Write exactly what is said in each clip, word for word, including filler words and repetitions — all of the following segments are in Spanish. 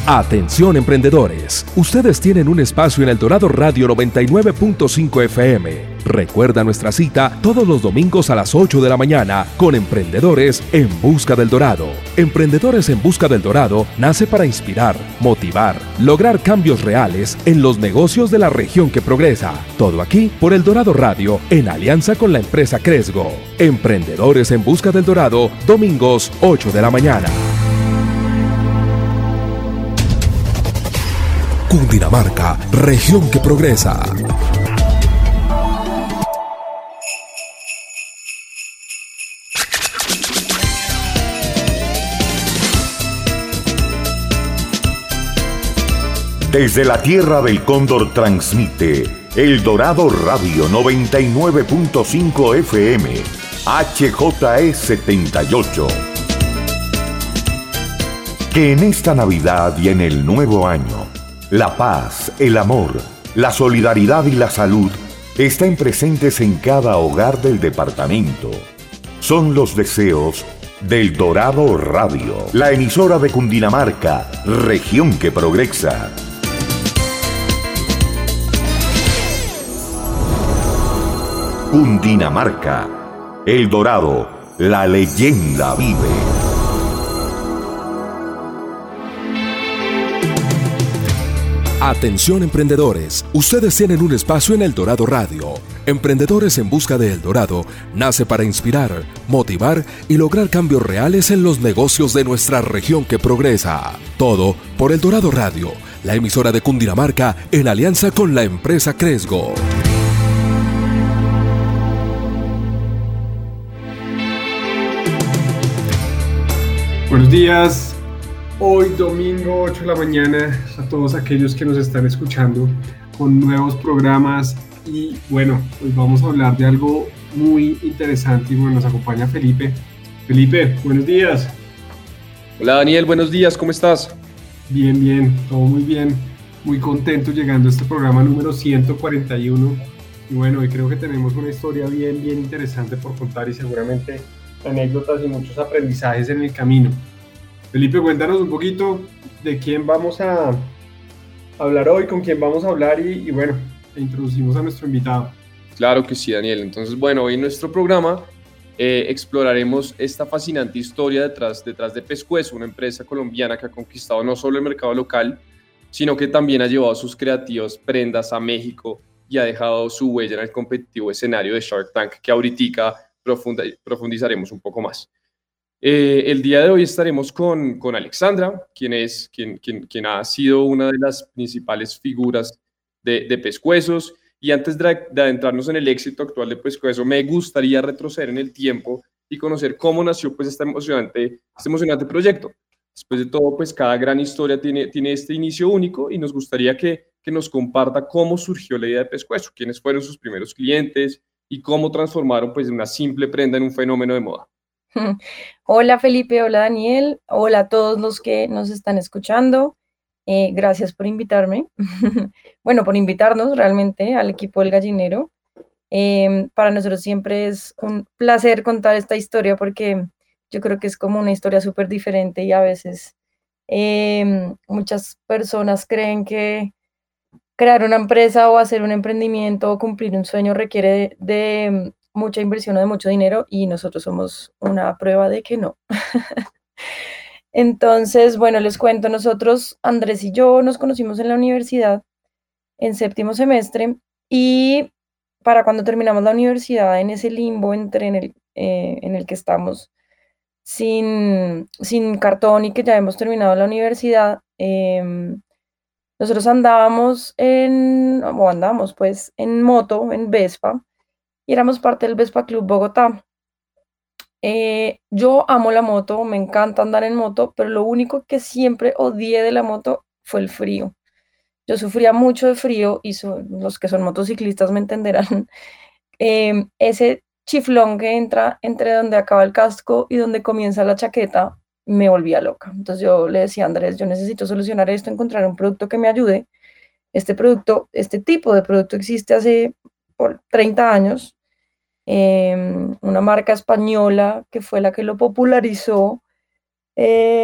Atención emprendedores, ustedes tienen un espacio en El Dorado Radio noventa y nueve punto cinco F M. Recuerda nuestra cita todos los domingos a las ocho de la mañana con Emprendedores en Busca del Dorado. Emprendedores en Busca del Dorado nace para inspirar, motivar, lograr cambios reales en los negocios de la región que progresa. Todo aquí por El Dorado Radio en alianza con la empresa Cresgo. Emprendedores en Busca del Dorado, domingos ocho de la mañana. Cundinamarca, región que progresa. Desde la tierra del cóndor transmite El Dorado Radio noventa y nueve punto cinco F M, H J E setenta y ocho. Que en esta Navidad y en el nuevo año, la paz, el amor, la solidaridad y la salud estén presentes en cada hogar del departamento. Son los deseos del Dorado Radio, la emisora de Cundinamarca, región que progresa. Cundinamarca, El Dorado, la leyenda vive. Atención emprendedores, ustedes tienen un espacio en El Dorado Radio. Emprendedores en Busca de El Dorado nace para inspirar, motivar y lograr cambios reales en los negocios de nuestra región que progresa. Todo por El Dorado Radio, la emisora de Cundinamarca en alianza con la empresa Cresgo. Buenos días. Hoy domingo ocho de la mañana a todos aquellos que nos están escuchando con nuevos programas y bueno, hoy vamos a hablar de algo muy interesante y bueno, nos acompaña Felipe. Felipe, buenos días. Hola Daniel, buenos días, ¿cómo estás? Bien, bien, todo muy bien, muy contento llegando a este programa número ciento cuarenta y uno y bueno, hoy creo que tenemos una historia bien, bien interesante por contar y seguramente anécdotas y muchos aprendizajes en el camino. Felipe, cuéntanos un poquito de quién vamos a hablar hoy, con quién vamos a hablar y, y bueno, introducimos a nuestro invitado. Claro que sí, Daniel. Entonces, bueno, hoy en nuestro programa eh, exploraremos esta fascinante historia detrás, detrás de Pescuezo, una empresa colombiana que ha conquistado no solo el mercado local, sino que también ha llevado sus creativas prendas a México y ha dejado su huella en el competitivo escenario de Shark Tank, que ahorita profunda- profundizaremos un poco más. Eh, el día de hoy estaremos con, con Alexandra, quien, es, quien, quien, quien ha sido una de las principales figuras de, de Pescuezos. Y antes de, de adentrarnos en el éxito actual de Pescuezo, me gustaría retroceder en el tiempo y conocer cómo nació pues, este, emocionante, este emocionante proyecto. Después de todo, pues cada gran historia tiene, tiene este inicio único y nos gustaría que, que nos comparta cómo surgió la idea de Pescuezo, quiénes fueron sus primeros clientes y cómo transformaron pues, una simple prenda en un fenómeno de moda. Hola Felipe, hola Daniel, hola a todos los que nos están escuchando. Eh, gracias por invitarme, bueno, por invitarnos realmente al equipo del Gallinero. Eh, para nosotros siempre es un placer contar esta historia porque yo creo que es como una historia súper diferente y a veces eh, muchas personas creen que crear una empresa o hacer un emprendimiento o cumplir un sueño requiere de, de mucha inversión o de mucho dinero y nosotros somos una prueba de que no. Entonces, bueno, les cuento, nosotros, Andrés y yo, nos conocimos en la universidad en séptimo semestre y para cuando terminamos la universidad, en ese limbo entre en el, eh, en el que estamos sin, sin cartón y que ya hemos terminado la universidad, eh, nosotros andábamos en, o andábamos pues en moto, en Vespa, y éramos parte del Vespa Club Bogotá. Eh, yo amo la moto, me encanta andar en moto, pero lo único que siempre odié de la moto fue el frío. Yo sufría mucho de frío y so, los que son motociclistas me entenderán. Eh, ese chiflón que entra entre donde acaba el casco y donde comienza la chaqueta me volvía loca. Entonces yo le decía a Andrés, yo necesito solucionar esto, encontrar un producto que me ayude. Este producto, este tipo de producto existe hace por treinta años. Eh, una marca española que fue la que lo popularizó. Eh,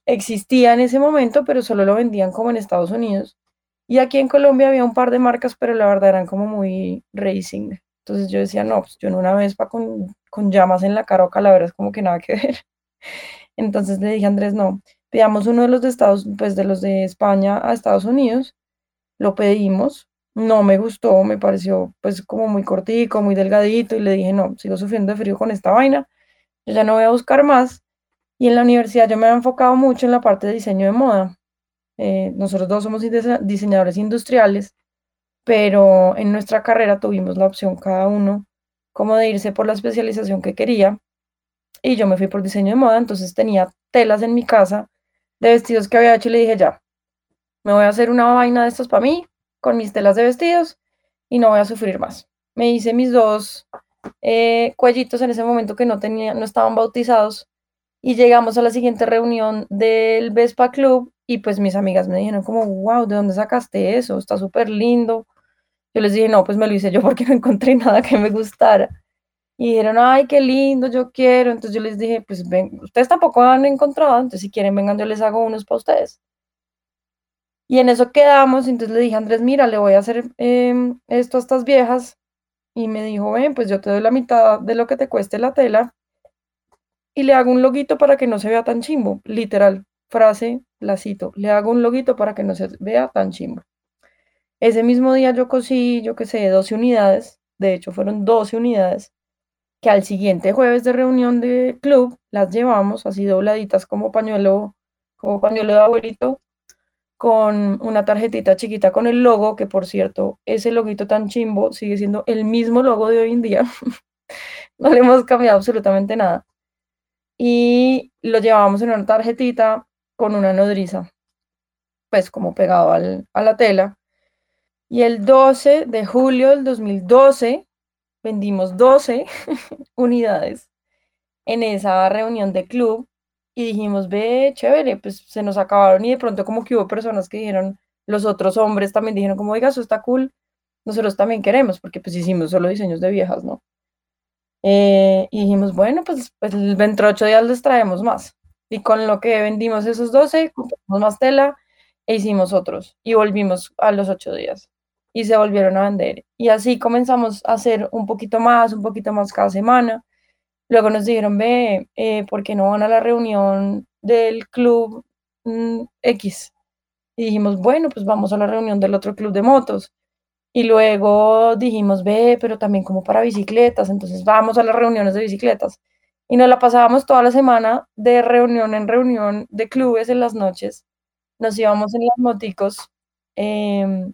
existía en ese momento, pero solo lo vendían como en Estados Unidos. Y aquí en Colombia había un par de marcas, pero la verdad eran como muy racing. Entonces yo decía, no, pues yo en una Vespa con, con llamas en la cara o calaveras, como que nada que ver. Entonces le dije a Andrés, no, pidamos uno de los de Estados, pues de los de España a Estados Unidos, lo pedimos, no me gustó, me pareció pues como muy cortico, muy delgadito y le dije, no, sigo sufriendo de frío con esta vaina, yo ya no voy a buscar más. Y en la universidad yo me había enfocado mucho en la parte de diseño de moda. Eh, nosotros dos somos dise- diseñadores industriales, pero en nuestra carrera tuvimos la opción cada uno como de irse por la especialización que quería y yo me fui por diseño de moda, entonces tenía telas en mi casa de vestidos que había hecho y le dije, ya, me voy a hacer una vaina de estos para mí, con mis telas de vestidos y no voy a sufrir más. Me hice mis dos eh, cuellitos en ese momento que no tenía, no estaban bautizados y llegamos a la siguiente reunión del Vespa Club y pues mis amigas me dijeron como, wow, ¿de dónde sacaste eso? Está súper lindo. Yo les dije, no, pues me lo hice yo porque no encontré nada que me gustara. Y dijeron, ay, qué lindo, yo quiero. Entonces yo les dije, pues ven, ustedes tampoco han encontrado, entonces si quieren vengan, yo les hago unos para ustedes. Y en eso quedamos, entonces le dije a Andrés, mira, le voy a hacer em, esto a estas viejas. Y me dijo, ven, pues yo te doy la mitad de lo que te cueste la tela y le hago un loguito para que no se vea tan chimbo. Literal, frase, la cito, le hago un loguito para que no se vea tan chimbo. Ese mismo día yo cosí, yo qué sé, doce unidades, de hecho fueron doce unidades, que al siguiente jueves de reunión de club las llevamos así dobladitas como pañuelo, como pañuelo de abuelito, con una tarjetita chiquita con el logo, que por cierto, ese loguito tan chimbo sigue siendo el mismo logo de hoy en día. No le hemos cambiado absolutamente nada. Y lo llevábamos en una tarjetita con una nodriza, pues como pegado al, a la tela. Y el doce de julio del dos mil doce vendimos doce unidades en esa reunión de club y dijimos, ve, chévere, pues se nos acabaron y de pronto como que hubo personas que dijeron, los otros hombres también dijeron como, oiga, eso está cool, nosotros también queremos, porque pues hicimos solo diseños de viejas, ¿no? Eh, y dijimos, bueno, pues, pues dentro de ocho días les traemos más. Y con lo que vendimos esos doce compramos más tela e hicimos otros. Y volvimos a los ocho días. Y se volvieron a vender. Y así comenzamos a hacer un poquito más, un poquito más cada semana. Luego nos dijeron, ve, eh, ¿por qué no van a la reunión del club mm, X? Y dijimos, bueno, pues vamos a la reunión del otro club de motos. Y luego dijimos, ve, pero también como para bicicletas, entonces vamos a las reuniones de bicicletas. Y nos la pasábamos toda la semana de reunión en reunión de clubes en las noches. Nos íbamos en las moticos em,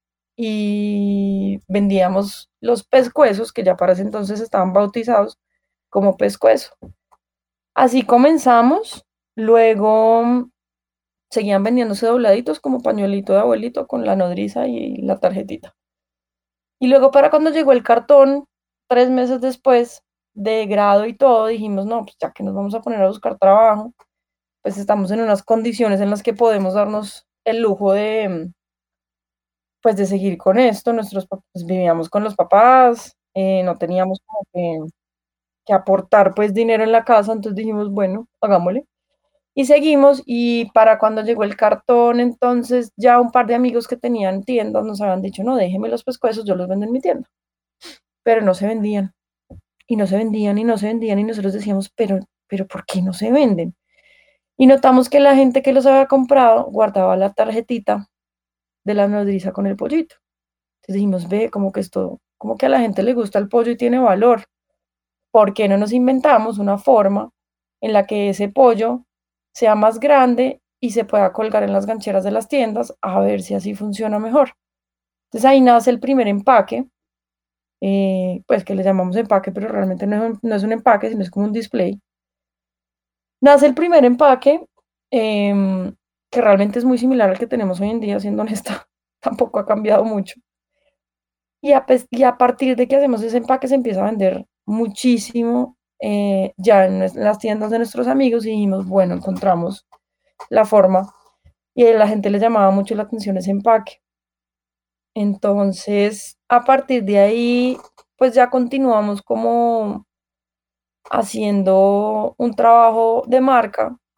y vendíamos los pescuezos, que ya para ese entonces estaban bautizados como pescuezo. Así comenzamos, luego mm, seguían vendiéndose dobladitos como pañuelito de abuelito con la nodriza y la tarjetita. Y luego para cuando llegó el cartón, tres meses después de grado y todo, dijimos, no, pues ya que nos vamos a poner a buscar trabajo, pues estamos en unas condiciones en las que podemos darnos el lujo de, mm, pues de seguir con esto. Nuestros papás, pues, vivíamos con los papás, eh, no teníamos como que, que aportar pues dinero en la casa, entonces dijimos, bueno, hagámosle. Y seguimos y para cuando llegó el cartón, entonces ya un par de amigos que tenían tiendas nos habían dicho, no, déjeme los pescuezos, yo los vendo en mi tienda. Pero no se vendían y no se vendían y no se vendían y nosotros decíamos, pero, pero ¿por qué no se venden? Y notamos que la gente que los había comprado guardaba la tarjetita de la nodriza con el pollito. Entonces dijimos, ve, como que esto, como que a la gente le gusta el pollo y tiene valor. ¿Por qué no nos inventamos una forma en la que ese pollo sea más grande y se pueda colgar en las gancheras de las tiendas a ver si así funciona mejor? Entonces ahí nace el primer empaque, eh, pues que le llamamos empaque, pero realmente no es, un, no es un empaque, sino es como un display. Nace el primer empaque, eh, que realmente es muy similar al que tenemos hoy en día, siendo honesta, tampoco ha cambiado mucho. Y a, y a partir de que hacemos ese empaque se empieza a vender muchísimo eh, ya en las tiendas de nuestros amigos y dijimos, bueno, encontramos la forma y a la gente le llamaba mucho la atención ese empaque. Entonces, a partir de ahí, pues ya continuamos como haciendo un trabajo de marca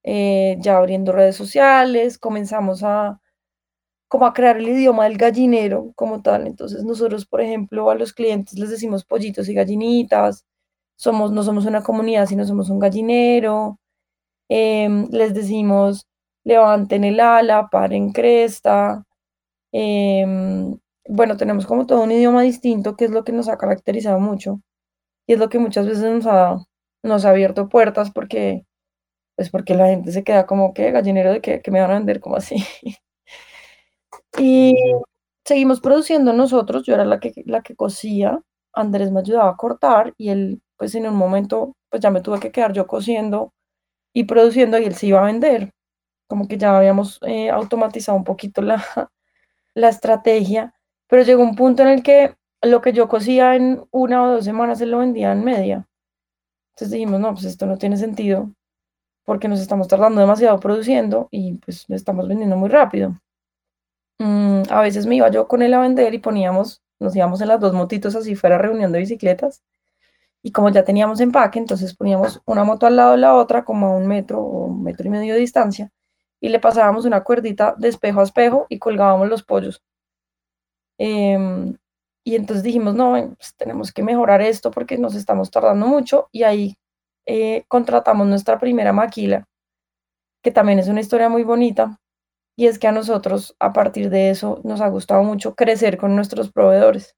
eh, ya abriendo redes sociales, comenzamos a como a crear el idioma del gallinero como tal. Entonces nosotros, por ejemplo, a los clientes les decimos pollitos y gallinitas, somos, no somos una comunidad, sino somos un gallinero. Em, les decimos levanten el ala, paren cresta. em, bueno, tenemos como todo un idioma distinto, que es lo que nos ha caracterizado mucho y es lo que muchas veces nos ha, nos ha abierto puertas porque, pues porque la gente se queda como, ¿qué? ¿Gallinero de qué? ¿Qué me van a vender? ¿Cómo así? Sí, Y sí, sí. seguimos produciendo nosotros, yo era la que, la que cosía, Andrés me ayudaba a cortar y él, pues en un momento, pues ya me tuve que quedar yo cosiendo y produciendo y él se iba a vender. Como que ya habíamos eh, automatizado un poquito la, la estrategia, pero llegó un punto en el que lo que yo cosía en una o dos semanas se lo vendía en media. Entonces dijimos, no, pues esto no tiene sentido porque nos estamos tardando demasiado produciendo y pues lo estamos vendiendo muy rápido. Mm, a veces me iba yo con él a vender y poníamos, nos íbamos en las dos motitos así fuera reunión de bicicletas. Y como ya teníamos empaque, entonces poníamos una moto al lado de la otra, como a un metro o un metro y medio de distancia, y le pasábamos una cuerdita de espejo a espejo y colgábamos los pollos. Em, y entonces dijimos, no, ven, pues tenemos que mejorar esto porque nos estamos tardando mucho. Y ahí eh, contratamos nuestra primera maquila, que también es una historia muy bonita. Y es que a nosotros, a partir de eso, nos ha gustado mucho crecer con nuestros proveedores.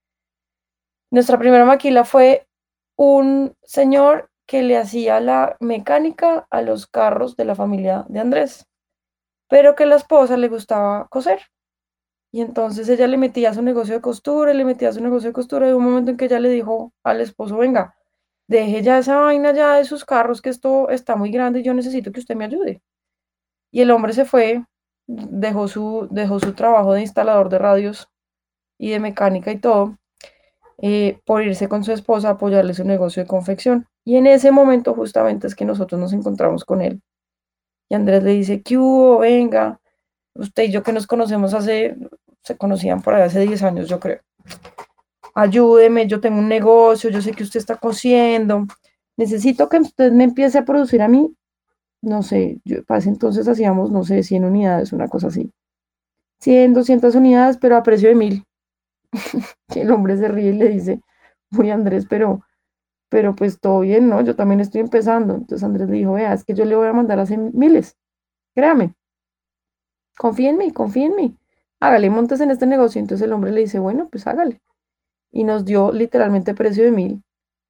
Nuestra primera maquila fue un señor que le hacía la mecánica a los carros de la familia de Andrés, pero que a la esposa le gustaba coser. Y entonces ella le metía su negocio de costura, y le metía su negocio de costura, y hubo un momento en que ella le dijo al esposo, venga, deje ya esa vaina ya de sus carros, que esto está muy grande y yo necesito que usted me ayude. Y el hombre se fue, dejó su, dejó su trabajo de instalador de radios y de mecánica y todo, eh, por irse con su esposa a apoyarle su negocio de confección. Y en ese momento justamente es que nosotros nos encontramos con él. Y Andrés le dice, ¿qué hubo? Venga, usted y yo que nos conocemos hace, se conocían por ahí hace diez años, yo creo. Ayúdeme, yo tengo un negocio, yo sé que usted está cosiendo. Necesito que usted me empiece a producir a mí, no sé, yo, para ese entonces hacíamos, no sé, cien unidades, una cosa así. cien, doscientas unidades, pero a precio de mil. Que el hombre se ríe y le dice, uy Andrés, pero, pero pues todo bien, ¿no? Yo también estoy empezando. Entonces Andrés le dijo, vea, es que yo le voy a mandar a hacer miles, créame, confía en mí, confía en mí. Hágale, montes en este negocio. Entonces el hombre le dice, bueno, pues hágale. Y nos dio literalmente precio de mil.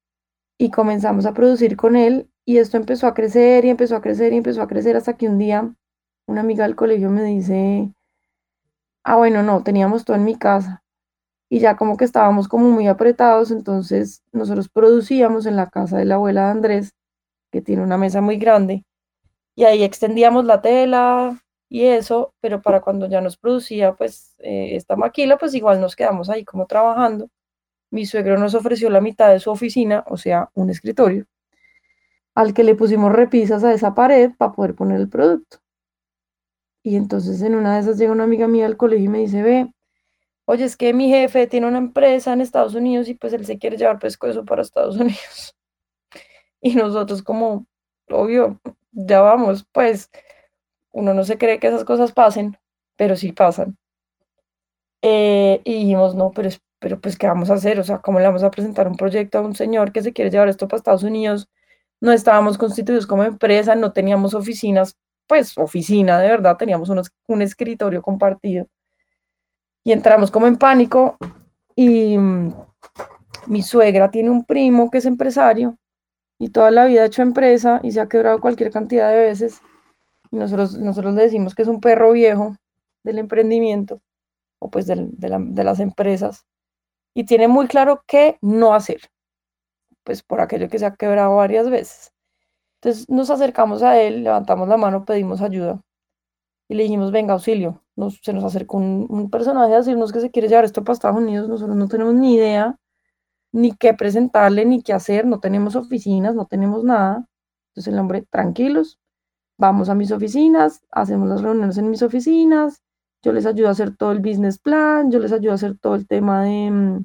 Y comenzamos a producir con él. Y esto empezó a crecer y empezó a crecer y empezó a crecer hasta que un día una amiga del colegio me dice, ah, bueno, no, teníamos todo en mi casa. Y ya como que estábamos como muy apretados, entonces nosotros producíamos en la casa de la abuela de Andrés, que tiene una mesa muy grande, y ahí extendíamos la tela y eso, pero para cuando ya nos producía pues eh, esta maquila, pues igual nos quedamos ahí como trabajando. Mi suegro nos ofreció la mitad de su oficina, o sea, un escritorio, al que le pusimos repisas a esa pared para poder poner el producto. Y entonces en una de esas llega una amiga mía del colegio y me dice, ve, oye, es que mi jefe tiene una empresa en Estados Unidos y pues él se quiere llevar pescuezo para Estados Unidos. Y nosotros como, obvio, ya vamos, pues uno no se cree que esas cosas pasen, pero sí pasan. Eh, y dijimos, no, pero, es- pero pues, ¿qué vamos a hacer? O sea, ¿cómo le vamos a presentar un proyecto a un señor que se quiere llevar esto para Estados Unidos? No estábamos constituidos como empresa, no teníamos oficinas, pues oficina de verdad, teníamos unos- un escritorio compartido. Y entramos como en pánico y mm, mi suegra tiene un primo que es empresario y toda la vida ha hecho empresa y se ha quebrado cualquier cantidad de veces. Y nosotros, nosotros le decimos que es un perro viejo del emprendimiento o pues del- de, la- de las empresas y tiene muy claro qué no hacer, pues por aquello que se ha quebrado varias veces. Entonces nos acercamos a él, levantamos la mano, pedimos ayuda y le dijimos, venga, auxilio. Nos, se nos acercó un, un personaje a decirnos que se quiere llevar esto para Estados Unidos. Nosotros no tenemos ni idea ni qué presentarle, ni qué hacer, no tenemos oficinas, no tenemos nada. Entonces el hombre, tranquilos, vamos a mis oficinas, hacemos las reuniones en mis oficinas, yo les ayudo a hacer todo el business plan, yo les ayudo a hacer todo el tema de, mm,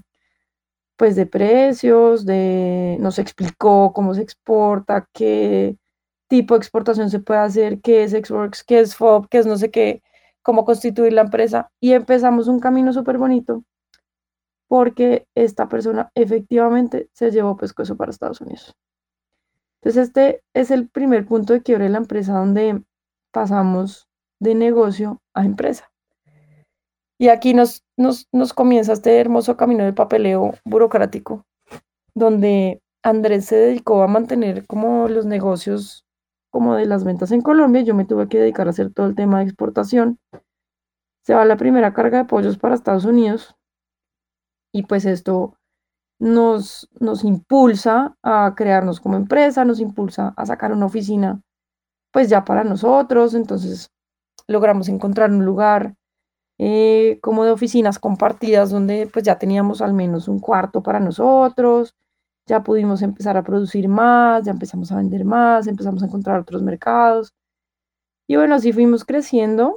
pues, de precios, de, nos explicó cómo se exporta, qué tipo de exportación se puede hacer, qué es Xworks, qué es F O B, qué es no sé qué, cómo constituir la empresa. Y empezamos un camino súper bonito porque esta persona efectivamente se llevó Pescuezo para Estados Unidos. Entonces este es el primer punto de quiebre de la empresa donde pasamos de negocio a empresa. Y aquí nos, nos, nos comienza este hermoso camino del papeleo burocrático, donde Andrés se dedicó a mantener como los negocios como de las ventas en Colombia. Yo me tuve que dedicar a hacer todo el tema de exportación. Se va la primera carga de pollos para Estados Unidos y pues esto nos, nos impulsa a crearnos como empresa, nos impulsa a sacar una oficina pues ya para nosotros. Entonces logramos encontrar un lugar eh, como de oficinas compartidas donde pues ya teníamos al menos un cuarto para nosotros, ya pudimos empezar a producir más, ya empezamos a vender más, empezamos a encontrar otros mercados y bueno, así fuimos creciendo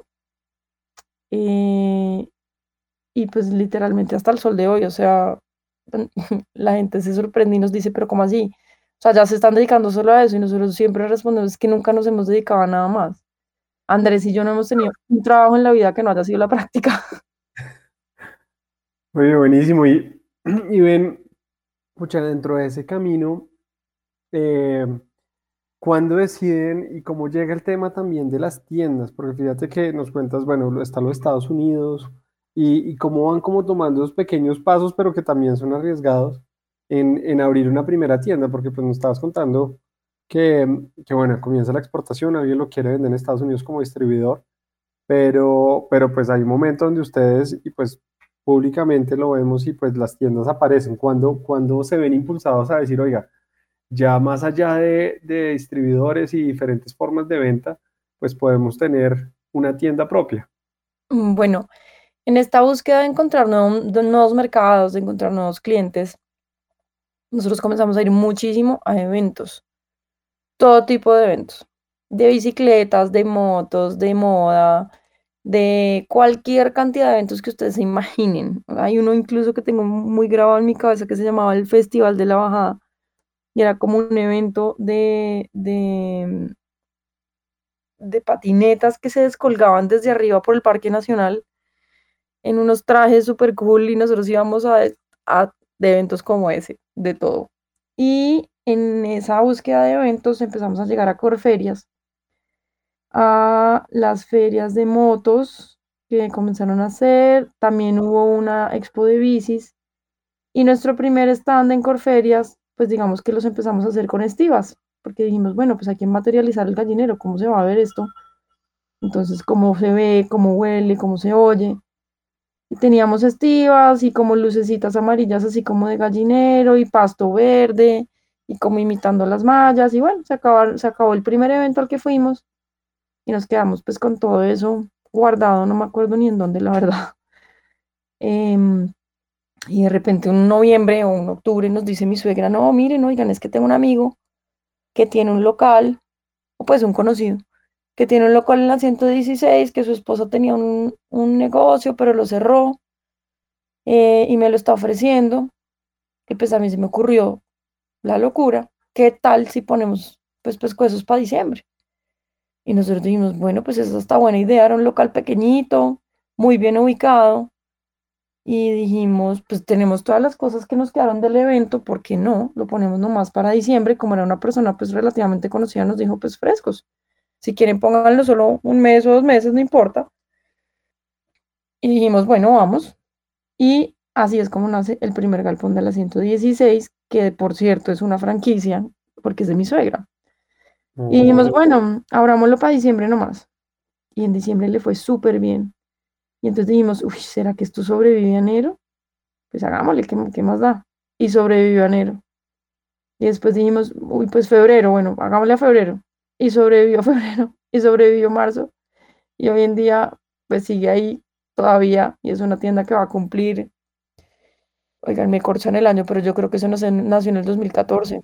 eh, y pues literalmente hasta el sol de hoy, o sea, la gente se sorprende y nos dice, pero ¿cómo así? O sea, ya se están dedicando solo a eso y nosotros siempre respondemos es que nunca nos hemos dedicado a nada más. Andrés y yo no hemos tenido un trabajo en la vida que no haya sido la práctica. Muy buenísimo. Y, y ven, pucha, dentro de ese camino, eh, ¿cuándo deciden y cómo llega el tema también de las tiendas? Porque fíjate que nos cuentas, bueno, lo- está los Estados Unidos y, y cómo van como tomando esos pequeños pasos, pero que también son arriesgados en, en abrir una primera tienda, porque pues nos estabas contando que, que, bueno, comienza la exportación, alguien lo quiere vender en Estados Unidos como distribuidor, pero, pero pues hay un momento donde ustedes, y pues públicamente lo vemos y pues las tiendas aparecen. Cuando, cuando se ven impulsados a decir, oiga, ya más allá de, de distribuidores y diferentes formas de venta, pues podemos tener una tienda propia. Mm, Bueno, en esta búsqueda de encontrar nuevo- de nuevos mercados, de encontrar nuevos clientes, nosotros comenzamos a ir muchísimo a eventos, todo tipo de eventos, de bicicletas, de motos, de moda, de cualquier cantidad de eventos que ustedes se imaginen. Hay uno incluso que tengo muy grabado en mi cabeza que se llamaba el Festival de la Bajada y era como un evento de, de, de patinetas que se descolgaban desde arriba por el Parque Nacional en unos trajes súper cool y nosotros íbamos a, a de eventos como ese, de todo. Y en esa búsqueda de eventos empezamos a llegar a Corferias, a las ferias de motos que comenzaron a hacer, también hubo una expo de bicis y nuestro primer stand en Corferias, pues digamos que los empezamos a hacer con estivas, porque dijimos, bueno, pues hay que materializar el gallinero, ¿cómo se va a ver esto? Entonces, ¿cómo se ve, cómo huele, cómo se oye? Y teníamos estivas y como lucecitas amarillas así como de gallinero y pasto verde y como imitando las mallas y bueno, se acabó, se acabó el primer evento al que fuimos y nos quedamos pues con todo eso guardado, no me acuerdo ni en dónde la verdad. Em, y de repente un noviembre o un octubre nos dice mi suegra, no, miren, oigan, es que tengo un amigo que tiene un local, o pues un conocido, que tiene un local en la ciento dieciséis, que su esposo tenía un, un negocio, pero lo cerró eh, y me lo está ofreciendo. Y pues a mí se me ocurrió la locura, ¿qué tal si ponemos pues pescuezos para diciembre? Y nosotros dijimos, bueno, pues esa está buena idea, era un local pequeñito, muy bien ubicado. Y dijimos, pues tenemos todas las cosas que nos quedaron del evento, ¿por qué no? Lo ponemos nomás para diciembre, como era una persona pues relativamente conocida, nos dijo, pues frescos. Si quieren, pónganlo solo un mes o dos meses, no importa. Y dijimos, bueno, vamos. Y así es como nace el primer galpón de la ciento dieciséis, que por cierto es una franquicia, porque es de mi suegra. Y dijimos, Oh, bueno, abrámoslo para diciembre nomás. Y en diciembre le fue súper bien. Y entonces dijimos, uy, ¿será que esto sobrevive a enero? Pues hagámosle, ¿qué, qué más da? Y sobrevivió a enero. Y después dijimos, uy, pues febrero, bueno, hagámosle a febrero. Y sobrevivió a febrero. Y sobrevivió a marzo. Y hoy en día, pues sigue ahí todavía. Y es una tienda que va a cumplir, oigan, me corchan el año, pero yo creo que eso no sé, nació en el dos mil catorce.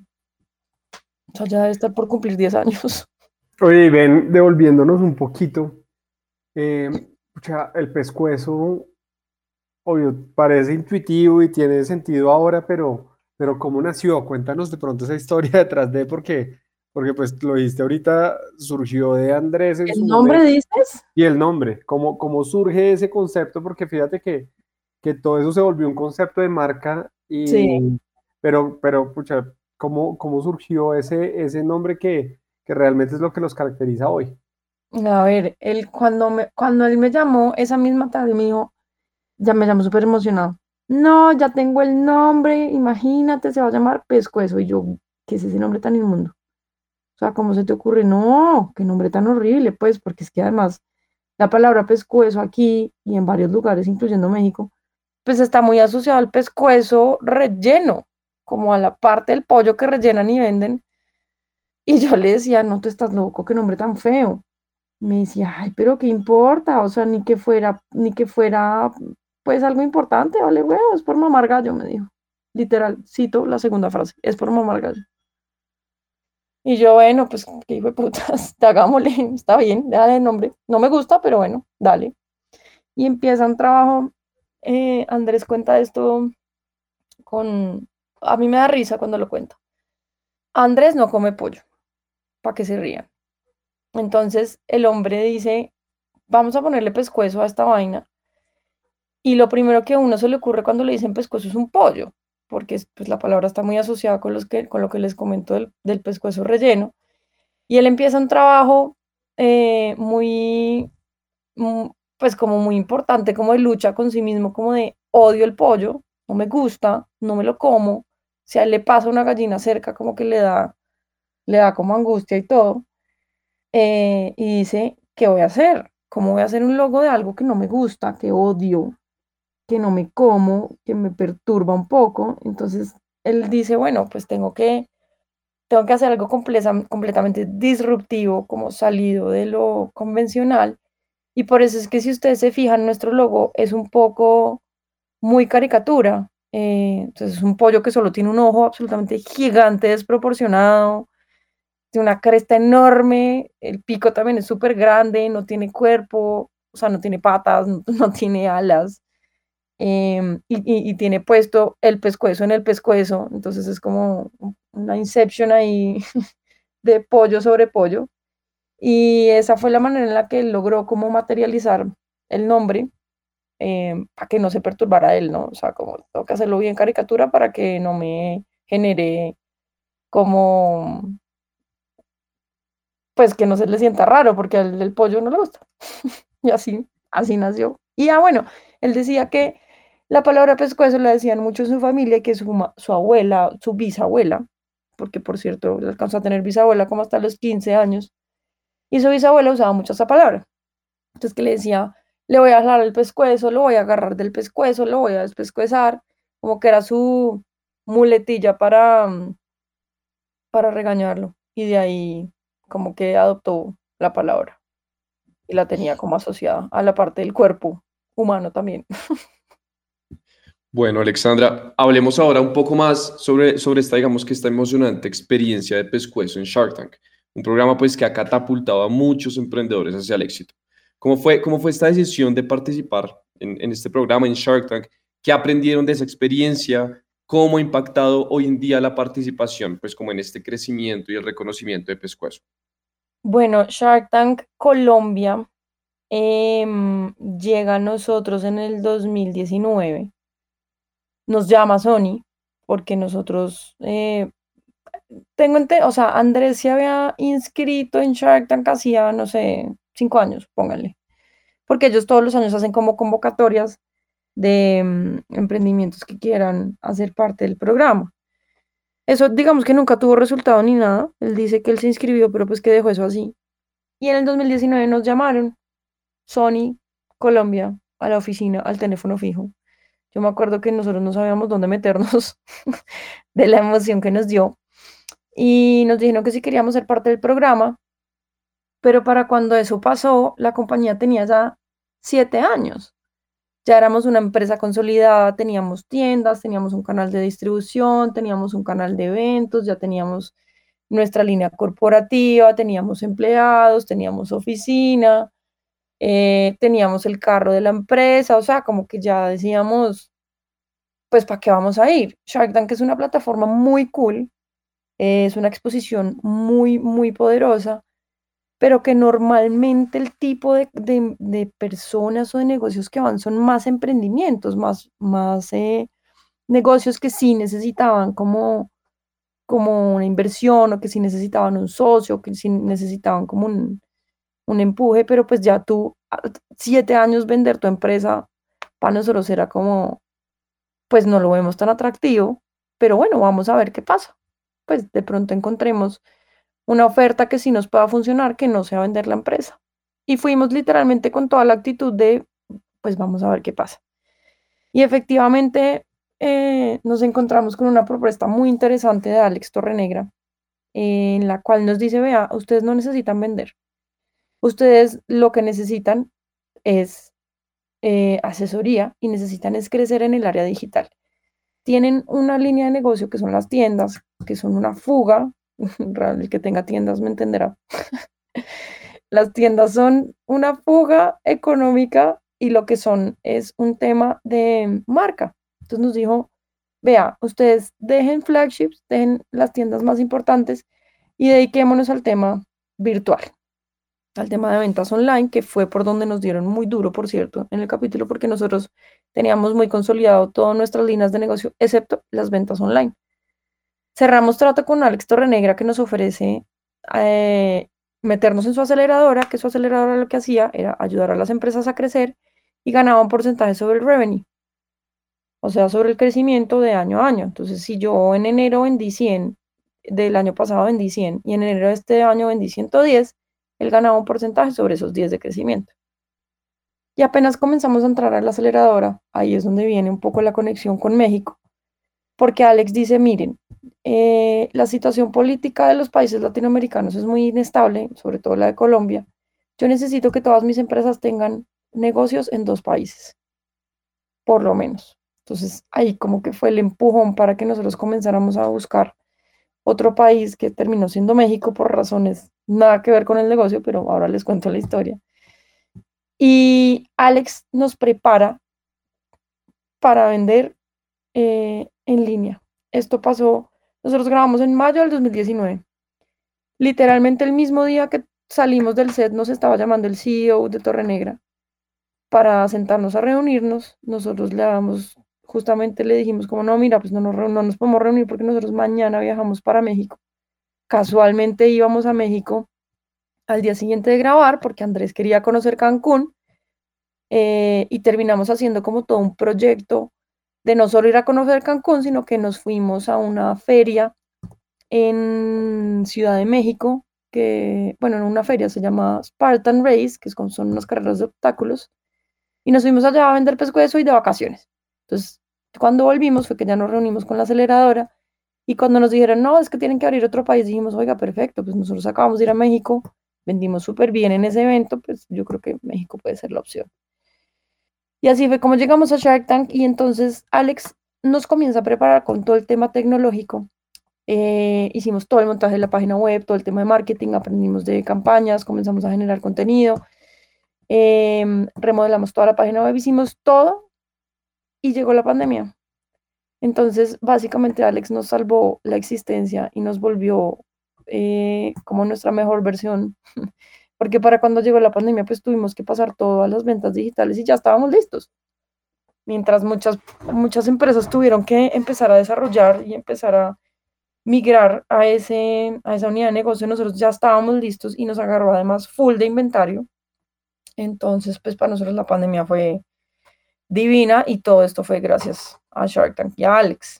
O sea, ya debe estar por cumplir diez años. oye, y ven, devolviéndonos un poquito, eh, pucha, el pescuezo, obvio, parece intuitivo y tiene sentido ahora, pero, pero ¿cómo nació? Cuéntanos de pronto esa historia detrás de, porque, porque pues lo dijiste ahorita, surgió de Andrés en su ¿El nombre momento. dices? Y el nombre, ¿cómo, cómo surge ese concepto? Porque fíjate que, que todo eso se volvió un concepto de marca, Sí. y, pero, pero pucha, ¿cómo, cómo surgió ese, ese nombre que, que realmente es lo que los caracteriza hoy? A ver, él cuando, me, cuando él me llamó esa misma tarde, me dijo, ya me llamó súper emocionado. No, ya tengo el nombre, imagínate, se va a llamar Pescuezo. Y yo, ¿qué es ese nombre tan inmundo? O sea, ¿cómo se te ocurre? No, qué nombre tan horrible, pues, porque es que además la palabra pescuezo aquí y en varios lugares, incluyendo México, pues está muy asociado al pescuezo relleno, como a la parte del pollo que rellenan y venden. Y yo le decía, no, tú estás loco, qué nombre tan feo. Me decía, ay, pero qué importa, o sea, ni que fuera, ni que fuera, pues algo importante, vale, huevo, es por mamar gallo, me dijo. Literal, cito la segunda frase, es por mamar gallo. Y yo, bueno, pues, qué hijo de putas, te hagámosle, está bien, dale el nombre. No me gusta, pero bueno, dale. Y empieza un trabajo, eh, Andrés cuenta esto con, a mí me da risa cuando lo cuenta. Andrés no come pollo, para que se rían. Entonces el hombre dice, vamos a ponerle pescuezo a esta vaina. Y lo primero que a uno se le ocurre cuando le dicen pescuezo es un pollo, porque pues, la palabra está muy asociada con, los que, con lo que les comento del, del pescuezo relleno. Y él empieza un trabajo eh, muy, mm, pues como muy importante, como de lucha con sí mismo, como de odio el pollo, no me gusta, no me lo como. Si a él le pasa una gallina cerca, como que le da, le da como angustia y todo. Eh, y dice, ¿qué voy a hacer? ¿Cómo voy a hacer un logo de algo que no me gusta, que odio, que no me como, que me perturba un poco? Entonces él dice, bueno, pues tengo que, tengo que hacer algo completa- completamente disruptivo, como salido de lo convencional. Y por eso es que si ustedes se fijan, nuestro logo es un poco muy caricatura. Eh, entonces es un pollo que solo tiene un ojo absolutamente gigante, desproporcionado, tiene una cresta enorme, el pico también es súper grande, no tiene cuerpo, o sea, no tiene patas, no, no tiene alas, eh, y, y, y, tiene puesto el pescuezo en el pescuezo, entonces es como una inception ahí de pollo sobre pollo. Y esa fue la manera en la que él logró como materializar el nombre, eh, para que no se perturbara él, ¿no? O sea, como tengo que hacerlo bien caricatura para que no me genere como, pues que no se le sienta raro, porque al el pollo no le gusta. Y así, así nació. Y ah, bueno, él decía que la palabra pescuezo la decían mucho en su familia, que su, su abuela, su bisabuela, porque por cierto, alcanzó a tener bisabuela como hasta los quince años, y su bisabuela usaba mucho esa palabra. Entonces que le decía, le voy a jalar el pescuezo, lo voy a agarrar del pescuezo, lo voy a despescuezar, como que era su muletilla para, para regañarlo. Y de ahí como que adoptó la palabra y la tenía como asociada a la parte del cuerpo humano también. Bueno, Alexandra, hablemos ahora un poco más sobre, sobre esta, digamos que esta emocionante experiencia de Pescuezo en Shark Tank, un programa pues que ha catapultado a muchos emprendedores hacia el éxito. ¿Cómo fue, cómo fue esta decisión de participar en, en este programa en Shark Tank? ¿Qué aprendieron de esa experiencia? ¿Cómo ha impactado hoy en día la participación, pues como en este crecimiento y el reconocimiento de Pescuezo? Bueno, Shark Tank Colombia eh, llega a nosotros en el dos mil diecinueve. Nos llama Sony porque nosotros, eh, tengo ente- o sea, Andrés se había inscrito en Shark Tank hacía, no sé, cinco años, pónganle, porque ellos todos los años hacen como convocatorias de mm, emprendimientos que quieran hacer parte del programa. Eso, digamos que nunca tuvo resultado ni nada. Él dice que él se inscribió, pero pues que dejó eso así. Y en el dos mil diecinueve nos llamaron, Sony Colombia, a la oficina, al teléfono fijo. Yo me acuerdo que nosotros no sabíamos dónde meternos de la emoción que nos dio. Y nos dijeron que si queríamos ser parte del programa, pero para cuando eso pasó, la compañía tenía ya siete años. Ya éramos una empresa consolidada, teníamos tiendas, teníamos un canal de distribución, teníamos un canal de eventos, ya teníamos nuestra línea corporativa, teníamos empleados, teníamos oficina, eh, teníamos el carro de la empresa, o sea, como que ya decíamos, pues, ¿para qué vamos a ir? Shark Tank es una plataforma muy cool, Es una exposición muy, muy poderosa, pero que normalmente el tipo de, de- de personas o de negocios que van son más emprendimientos, más, más eh, negocios que sí necesitaban como, como una inversión o que sí necesitaban un socio, que sí necesitaban como un, un empuje, pero pues ya tú, a- siete años vender tu empresa, para nosotros era como, pues no lo vemos tan atractivo, pero bueno, vamos a ver qué pasa. Pues de pronto encontremos una oferta que sí nos pueda funcionar, que no sea vender la empresa. Y fuimos literalmente con toda la actitud de, pues vamos a ver qué pasa. Y efectivamente eh, nos encontramos con una propuesta muy interesante de Alex Torrenegra, en la cual nos dice, vea, ustedes no necesitan vender. Ustedes lo que necesitan es eh, asesoría y necesitan es crecer en el área digital. Tienen una línea de negocio que son las tiendas, que son una fuga. El que tenga tiendas me entenderá. Las tiendas son una fuga económica y lo que son es un tema de marca. Entonces nos dijo, vea, ustedes dejen flagships, dejen las tiendas más importantes y dediquémonos al tema virtual, al tema de ventas online, que fue por donde nos dieron muy duro, por cierto, en el capítulo, porque nosotros teníamos muy consolidado todas nuestras líneas de negocio, excepto las ventas online. Cerramos trato con Alex Torrenegra, que nos ofrece eh, meternos en su aceleradora, que su aceleradora lo que hacía era ayudar a las empresas a crecer y ganaba un porcentaje sobre el revenue, o sea, sobre el crecimiento de año a año. Entonces, si yo en enero vendí cien, del año pasado vendí cien y en enero de este año vendí ciento diez, él ganaba un porcentaje sobre esos diez de crecimiento. Y apenas comenzamos a entrar a la aceleradora, ahí es donde viene un poco la conexión con México, porque Alex dice, miren, eh, la situación política de los países latinoamericanos es muy inestable, sobre todo la de Colombia. Yo necesito que todas mis empresas tengan negocios en dos países, por lo menos. Entonces, ahí como que fue el empujón para que nosotros comenzáramos a buscar otro país que terminó siendo México por razones nada que ver con el negocio, pero ahora les cuento la historia. Y Alex nos prepara para vender eh, en línea. Esto pasó, nosotros grabamos en mayo del dos mil diecinueve. Literalmente el mismo día que salimos del set nos estaba llamando el C E O de Torrenegra para sentarnos a reunirnos. Nosotros le damos, justamente le dijimos como, no, mira, pues no nos, no nos podemos reunir porque nosotros mañana viajamos para México. Casualmente íbamos a México al día siguiente de grabar porque Andrés quería conocer Cancún eh, y terminamos haciendo como todo un proyecto de no solo ir a conocer Cancún, sino que nos fuimos a una feria en Ciudad de México, que, bueno, en una feria se llama Spartan Race, que es como- son unas carreras de obstáculos, y nos fuimos allá a vender pescuezo y de vacaciones. Entonces, cuando volvimos fue que ya nos reunimos con la aceleradora, y cuando nos dijeron, no, es que tienen que abrir otro país, dijimos, oiga, perfecto, pues nosotros acabamos de ir a México, vendimos súper bien en ese evento, pues yo creo que México puede ser la opción. Y así fue como llegamos a Shark Tank y entonces Alex nos comienza a preparar con todo el tema tecnológico. Eh, hicimos todo el montaje de la página web, todo el tema de marketing, aprendimos de campañas, comenzamos a generar contenido, eh, remodelamos toda la página web, hicimos todo y llegó la pandemia. Entonces, básicamente Alex nos salvó la existencia y nos volvió eh, como nuestra mejor versión, porque para cuando llegó la pandemia, pues tuvimos que pasar todo a las ventas digitales y ya estábamos listos. Mientras muchas, muchas empresas tuvieron que empezar a desarrollar y empezar a migrar a, ese, a esa unidad de negocio, nosotros ya estábamos listos y nos agarró además full de inventario. Entonces, pues para nosotros la pandemia fue divina y todo esto fue gracias a Shark Tank y a Alex.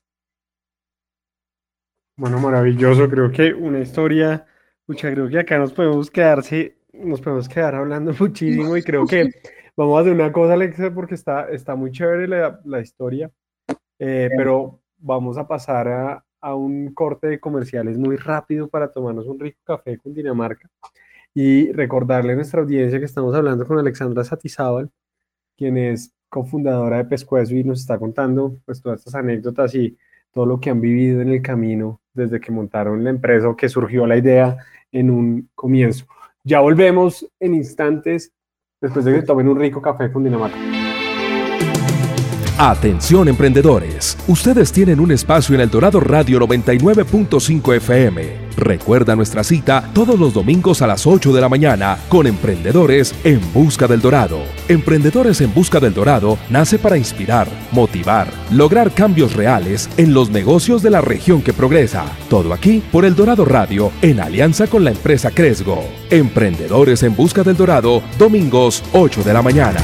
Bueno, maravilloso. Creo que una historia, mucha, creo que acá nos podemos quedarse, nos podemos quedar hablando muchísimo y creo que vamos a hacer una cosa, Alexa, porque está, está muy chévere la, la historia, eh, pero vamos a pasar a, a un corte de comerciales muy rápido para tomarnos un rico café con Dinamarca y recordarle a nuestra audiencia que estamos hablando con Alexandra Satizábal, quien es cofundadora de Pescuezo y nos está contando pues todas estas anécdotas y todo lo que han vivido en el camino desde que montaron la empresa o que surgió la idea en un comienzo. Ya volvemos en instantes después de que tomen un rico café con Dinamarca. Atención emprendedores, ustedes tienen un espacio en El Dorado Radio noventa y nueve punto cinco F M. Recuerda nuestra cita todos los domingos a las ocho de la mañana con Emprendedores en Busca del Dorado. Emprendedores en Busca del Dorado nace para inspirar, motivar, lograr cambios reales en los negocios de la región que progresa. Todo aquí por El Dorado Radio en alianza con la empresa Cresgo. Emprendedores en Busca del Dorado, domingos ocho de la mañana.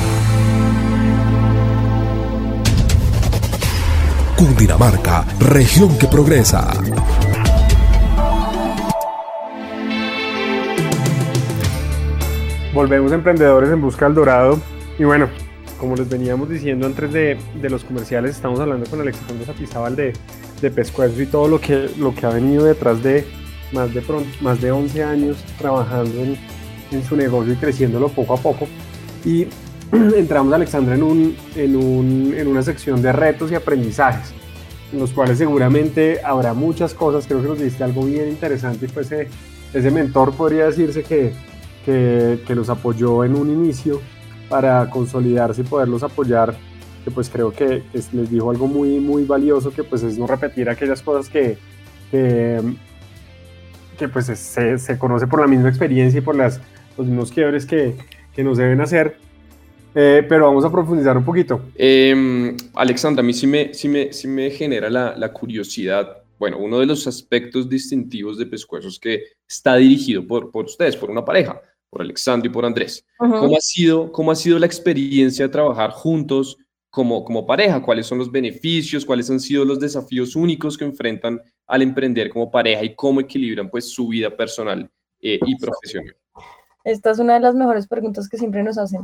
Cundinamarca, región que progresa. Volvemos a Emprendedores en Busca del Dorado. Y bueno, como les veníamos diciendo antes de, de los comerciales, estamos hablando con Alexandra Sapizábal de, de Pescuezo y todo lo que, lo que ha venido detrás de más de, pronto, más de once años trabajando en, en su negocio y creciéndolo poco a poco. Y entramos, Alexandra, en, un, en, un, en una sección de retos y aprendizajes, en los cuales seguramente habrá muchas cosas. Creo que nos diste algo bien interesante y fue ese, ese mentor, podría decirse, que, que, que los apoyó en un inicio para consolidarse y poderlos apoyar, que pues creo que, que les dijo algo muy, muy valioso, que pues es no repetir aquellas cosas que, que, que pues se, se conoce por la misma experiencia y por las, los mismos quiebres que, que nos deben hacer. Eh, pero vamos a profundizar un poquito. Eh, Alexandra, a mí sí me, sí me, sí me genera la, la curiosidad. Bueno, uno de los aspectos distintivos de Pescuezo es que está dirigido por, por ustedes, por una pareja, por Alexandra y por Andrés. Uh-huh. ¿Cómo ha sido, cómo ha sido la experiencia de trabajar juntos como, como pareja? ¿Cuáles son los beneficios? ¿Cuáles han sido los desafíos únicos que enfrentan al emprender como pareja y cómo equilibran pues su vida personal eh, y profesional? Esta es una de las mejores preguntas que siempre nos hacen.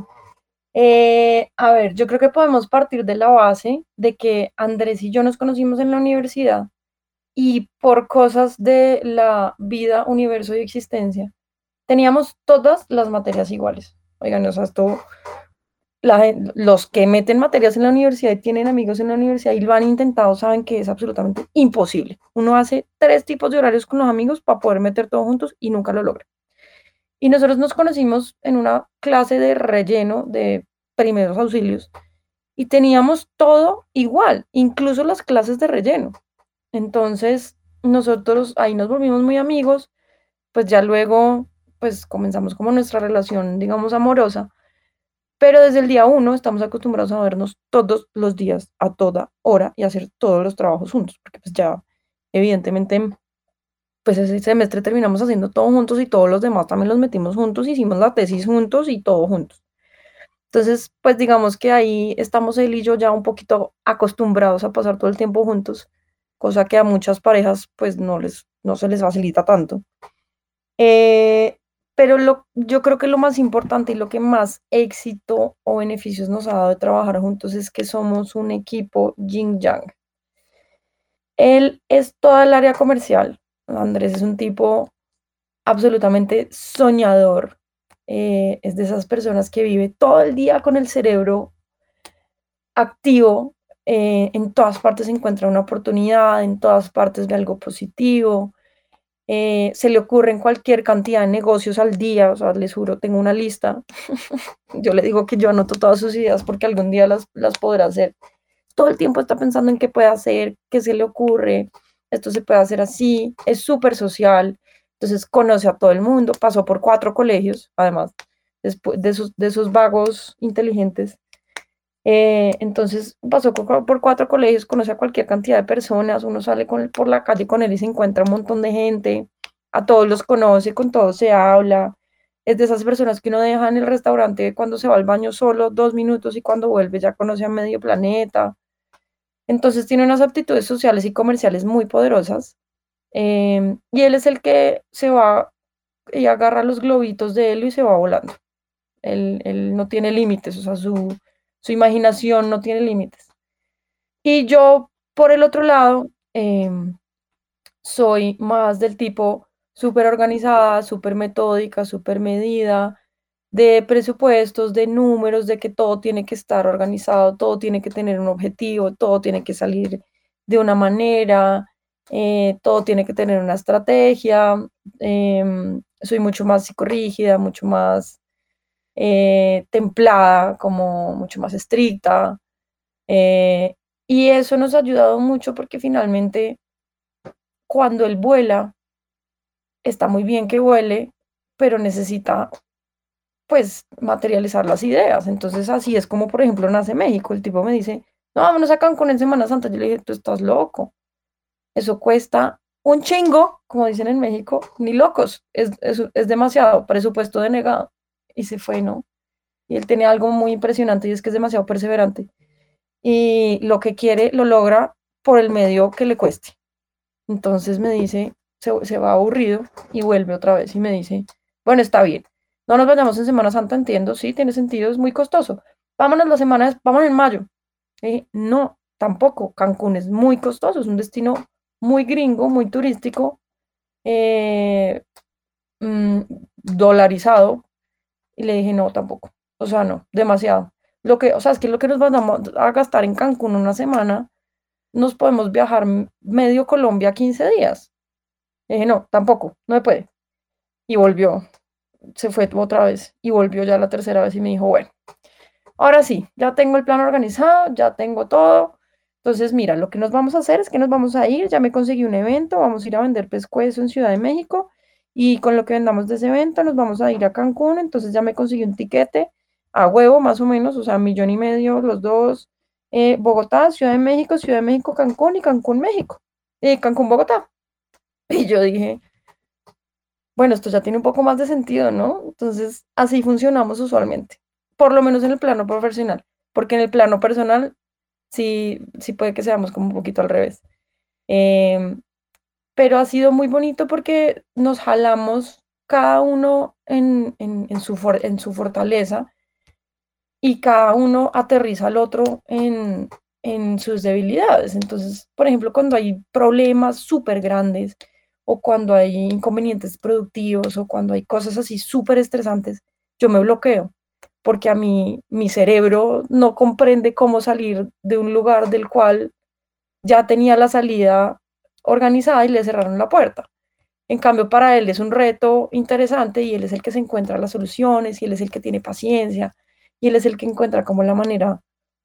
Eh, a ver, yo creo que podemos partir de la base de que Andrés y yo nos conocimos en la universidad y por cosas de la vida, universo y existencia, teníamos todas las materias iguales. Oigan, o sea, esto, la, los que meten materias en la universidad y tienen amigos en la universidad y lo han intentado saben que es absolutamente imposible. Uno hace tres tipos de horarios con los amigos para poder meter todos juntos y nunca lo logra. Y nosotros nos conocimos en una clase de relleno de primeros auxilios y teníamos todo igual, incluso las clases de relleno. Entonces, nosotros ahí nos volvimos muy amigos, pues ya luego, pues comenzamos como nuestra relación, digamos, amorosa, pero desde el día uno estamos acostumbrados a vernos todos los días, a toda hora y hacer todos los trabajos juntos, porque pues ya, evidentemente, pues ese semestre terminamos haciendo todo juntos y todos los demás también los metimos juntos, hicimos la tesis juntos y todo juntos. Entonces, pues digamos que ahí estamos él y yo ya un poquito acostumbrados a pasar todo el tiempo juntos, cosa que a muchas parejas pues no, les, no se les facilita tanto. Eh, pero lo, yo creo que lo más importante y lo que más éxito o beneficios nos ha dado de trabajar juntos es que somos un equipo yin-yang. Él es toda el área comercial. Andrés es un tipo absolutamente soñador, eh, es de esas personas que vive todo el día con el cerebro activo, eh, en todas partes encuentra una oportunidad, en todas partes ve algo positivo, eh, se le ocurren cualquier cantidad de negocios al día, o sea, les juro, tengo una lista, yo le digo que yo anoto todas sus ideas porque algún día las, las podrá hacer, todo el tiempo está pensando en qué puede hacer, qué se le ocurre, esto se puede hacer así, es súper social, entonces conoce a todo el mundo, pasó por cuatro colegios, además, después de sus, de sus vagos inteligentes, eh, entonces pasó por cuatro colegios, conoce a cualquier cantidad de personas, uno sale con, por la calle con él y se encuentra un montón de gente, a todos los conoce, con todos se habla, es de esas personas que uno deja en el restaurante cuando se va al baño solo dos minutos y cuando vuelve ya conoce a medio planeta. Entonces tiene unas aptitudes sociales y comerciales muy poderosas, eh, y él es el que se va y agarra los globitos de él y se va volando. Él, él no tiene límites, o sea, su, su imaginación no tiene límites. Y yo, por el otro lado, eh, soy más del tipo súper organizada, súper metódica, súper medida, de presupuestos, de números, de que todo tiene que estar organizado, todo tiene que tener un objetivo, todo tiene que salir de una manera, eh, todo tiene que tener una estrategia, eh, soy mucho más psicorrígida, mucho más eh, templada, como mucho más estricta, Eh, y eso nos ha ayudado mucho porque finalmente cuando él vuela, está muy bien que vuele, pero necesita pues materializar las ideas. Entonces así es como por ejemplo nace México. El tipo me dice, no, vámonos a Cancún en Semana Santa. Yo le dije, tú estás loco. Eso cuesta un chingo, como dicen en México, ni locos. Es, es, es demasiado presupuesto denegado. Y se fue, ¿no? Y él tiene algo muy impresionante y es que es demasiado perseverante. Y lo que quiere lo logra por el medio que le cueste. Entonces me dice, se, se va aburrido y vuelve otra vez y me dice, bueno, está bien, no nos vayamos en Semana Santa, entiendo, sí, tiene sentido, es muy costoso. Vámonos la semana, vámonos en mayo. Le dije, no, tampoco, Cancún es muy costoso, es un destino muy gringo, muy turístico, eh, mm, dolarizado. Y le dije, no, tampoco, o sea, no, demasiado. Lo que, o sea, es que lo que nos vamos a gastar en Cancún una semana, nos podemos viajar m- medio Colombia quince días. Le dije, no, tampoco, no se puede. Y volvió, se fue otra vez y volvió ya la tercera vez y me dijo, bueno, ahora sí, ya tengo el plan organizado, ya tengo todo. Entonces, mira, lo que nos vamos a hacer es que nos vamos a ir, ya me conseguí un evento, vamos a ir a vender pescuezo en Ciudad de México y con lo que vendamos de ese evento nos vamos a ir a Cancún, entonces ya me conseguí un tiquete a huevo más o menos, o sea, millón y medio los dos, eh, Bogotá, Ciudad de México, Ciudad de México, Cancún y Cancún, México, eh, Cancún, Bogotá. Y yo dije, bueno, esto ya tiene un poco más de sentido, ¿no? Entonces, así funcionamos usualmente, por lo menos en el plano profesional, porque en el plano personal sí, sí puede que seamos como un poquito al revés. Em, pero ha sido muy bonito porque nos jalamos cada uno en, en, en su, for- en su fortaleza y cada uno aterriza al otro en, en sus debilidades. Entonces, por ejemplo, cuando hay problemas súper grandes o cuando hay inconvenientes productivos o cuando hay cosas así súper estresantes, yo me bloqueo porque a mí mi cerebro no comprende cómo salir de un lugar del cual ya tenía la salida organizada y le cerraron la puerta. En cambio, para él es un reto interesante y él es el que se encuentra las soluciones y él es el que tiene paciencia y él es el que encuentra como la manera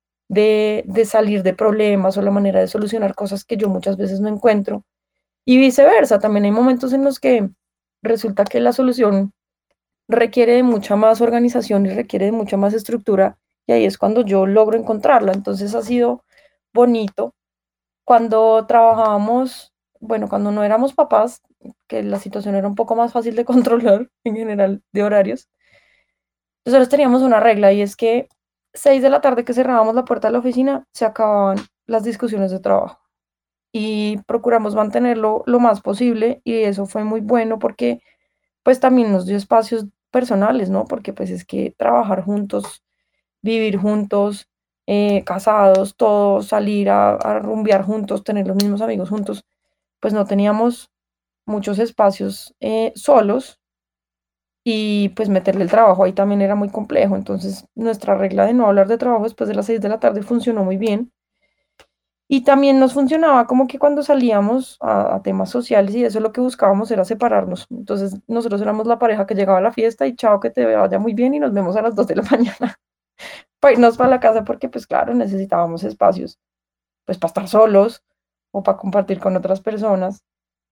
de, de salir de problemas o la manera de solucionar cosas que yo muchas veces no encuentro. Y viceversa, también hay momentos en los que resulta que la solución requiere de mucha más organización y requiere de mucha más estructura y ahí es cuando yo logro encontrarla. Entonces ha sido bonito. Cuando trabajábamos, bueno, cuando no éramos papás, que la situación era un poco más fácil de controlar en general de horarios, nosotros teníamos una regla y es que seis de la tarde que cerrábamos la puerta de la oficina, se acababan las discusiones de trabajo y procuramos mantenerlo lo más posible y eso fue muy bueno porque pues también nos dio espacios personales, ¿no? Porque pues es que trabajar juntos, vivir juntos, eh, casados, todos, salir a, a rumbear juntos, tener los mismos amigos juntos, pues no teníamos muchos espacios eh, solos y pues meterle el trabajo ahí también era muy complejo. Entonces nuestra regla de no hablar de trabajo después de las seis de la tarde funcionó muy bien. Y también nos funcionaba como que cuando salíamos a, a temas sociales y eso lo que buscábamos era separarnos. Entonces nosotros éramos la pareja que llegaba a la fiesta y chao, que te vaya muy bien y nos vemos a las dos de la mañana para irnos para la casa porque pues claro, necesitábamos espacios pues para estar solos o para compartir con otras personas.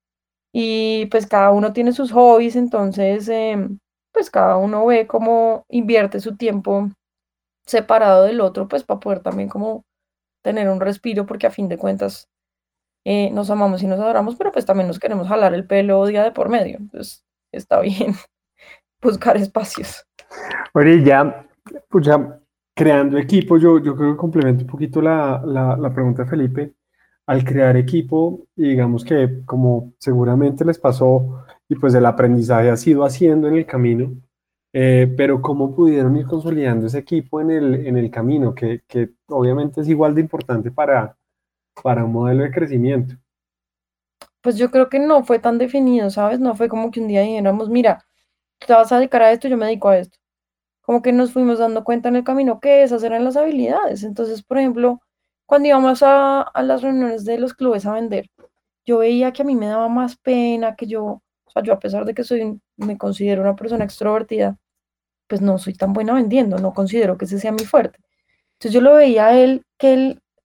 Y pues cada uno tiene sus hobbies, entonces em, pues cada uno ve cómo invierte su tiempo separado del otro, pues para poder también como tener un respiro, porque a fin de cuentas eh, nos amamos y nos adoramos, pero pues también nos queremos jalar el pelo día de por medio. Entonces está bien buscar espacios. Oye, ya, pues ya creando equipo, yo, yo creo que complemento un poquito la, la, la pregunta de Felipe. Al crear equipo, y digamos que como seguramente les pasó, y pues el aprendizaje ha sido haciendo en el camino, eh, pero cómo pudieron ir consolidando ese equipo en el, en el camino, que, que obviamente es igual de importante para, para un modelo de crecimiento. Pues yo creo que no fue tan definido, ¿sabes? No fue como que un día dijéramos, mira, tú te vas a dedicar a esto, yo me dedico a esto. Como que nos fuimos dando cuenta en el camino que esas eran las habilidades. Entonces, por ejemplo, cuando íbamos a, a las reuniones de los clubes a vender, yo veía que a mí me daba más pena que yo, o sea, yo a pesar de que soy, un- me considero una persona extrovertida, pues no soy tan buena vendiendo, no considero que ese sea mi fuerte. Entonces yo lo veía a él, que él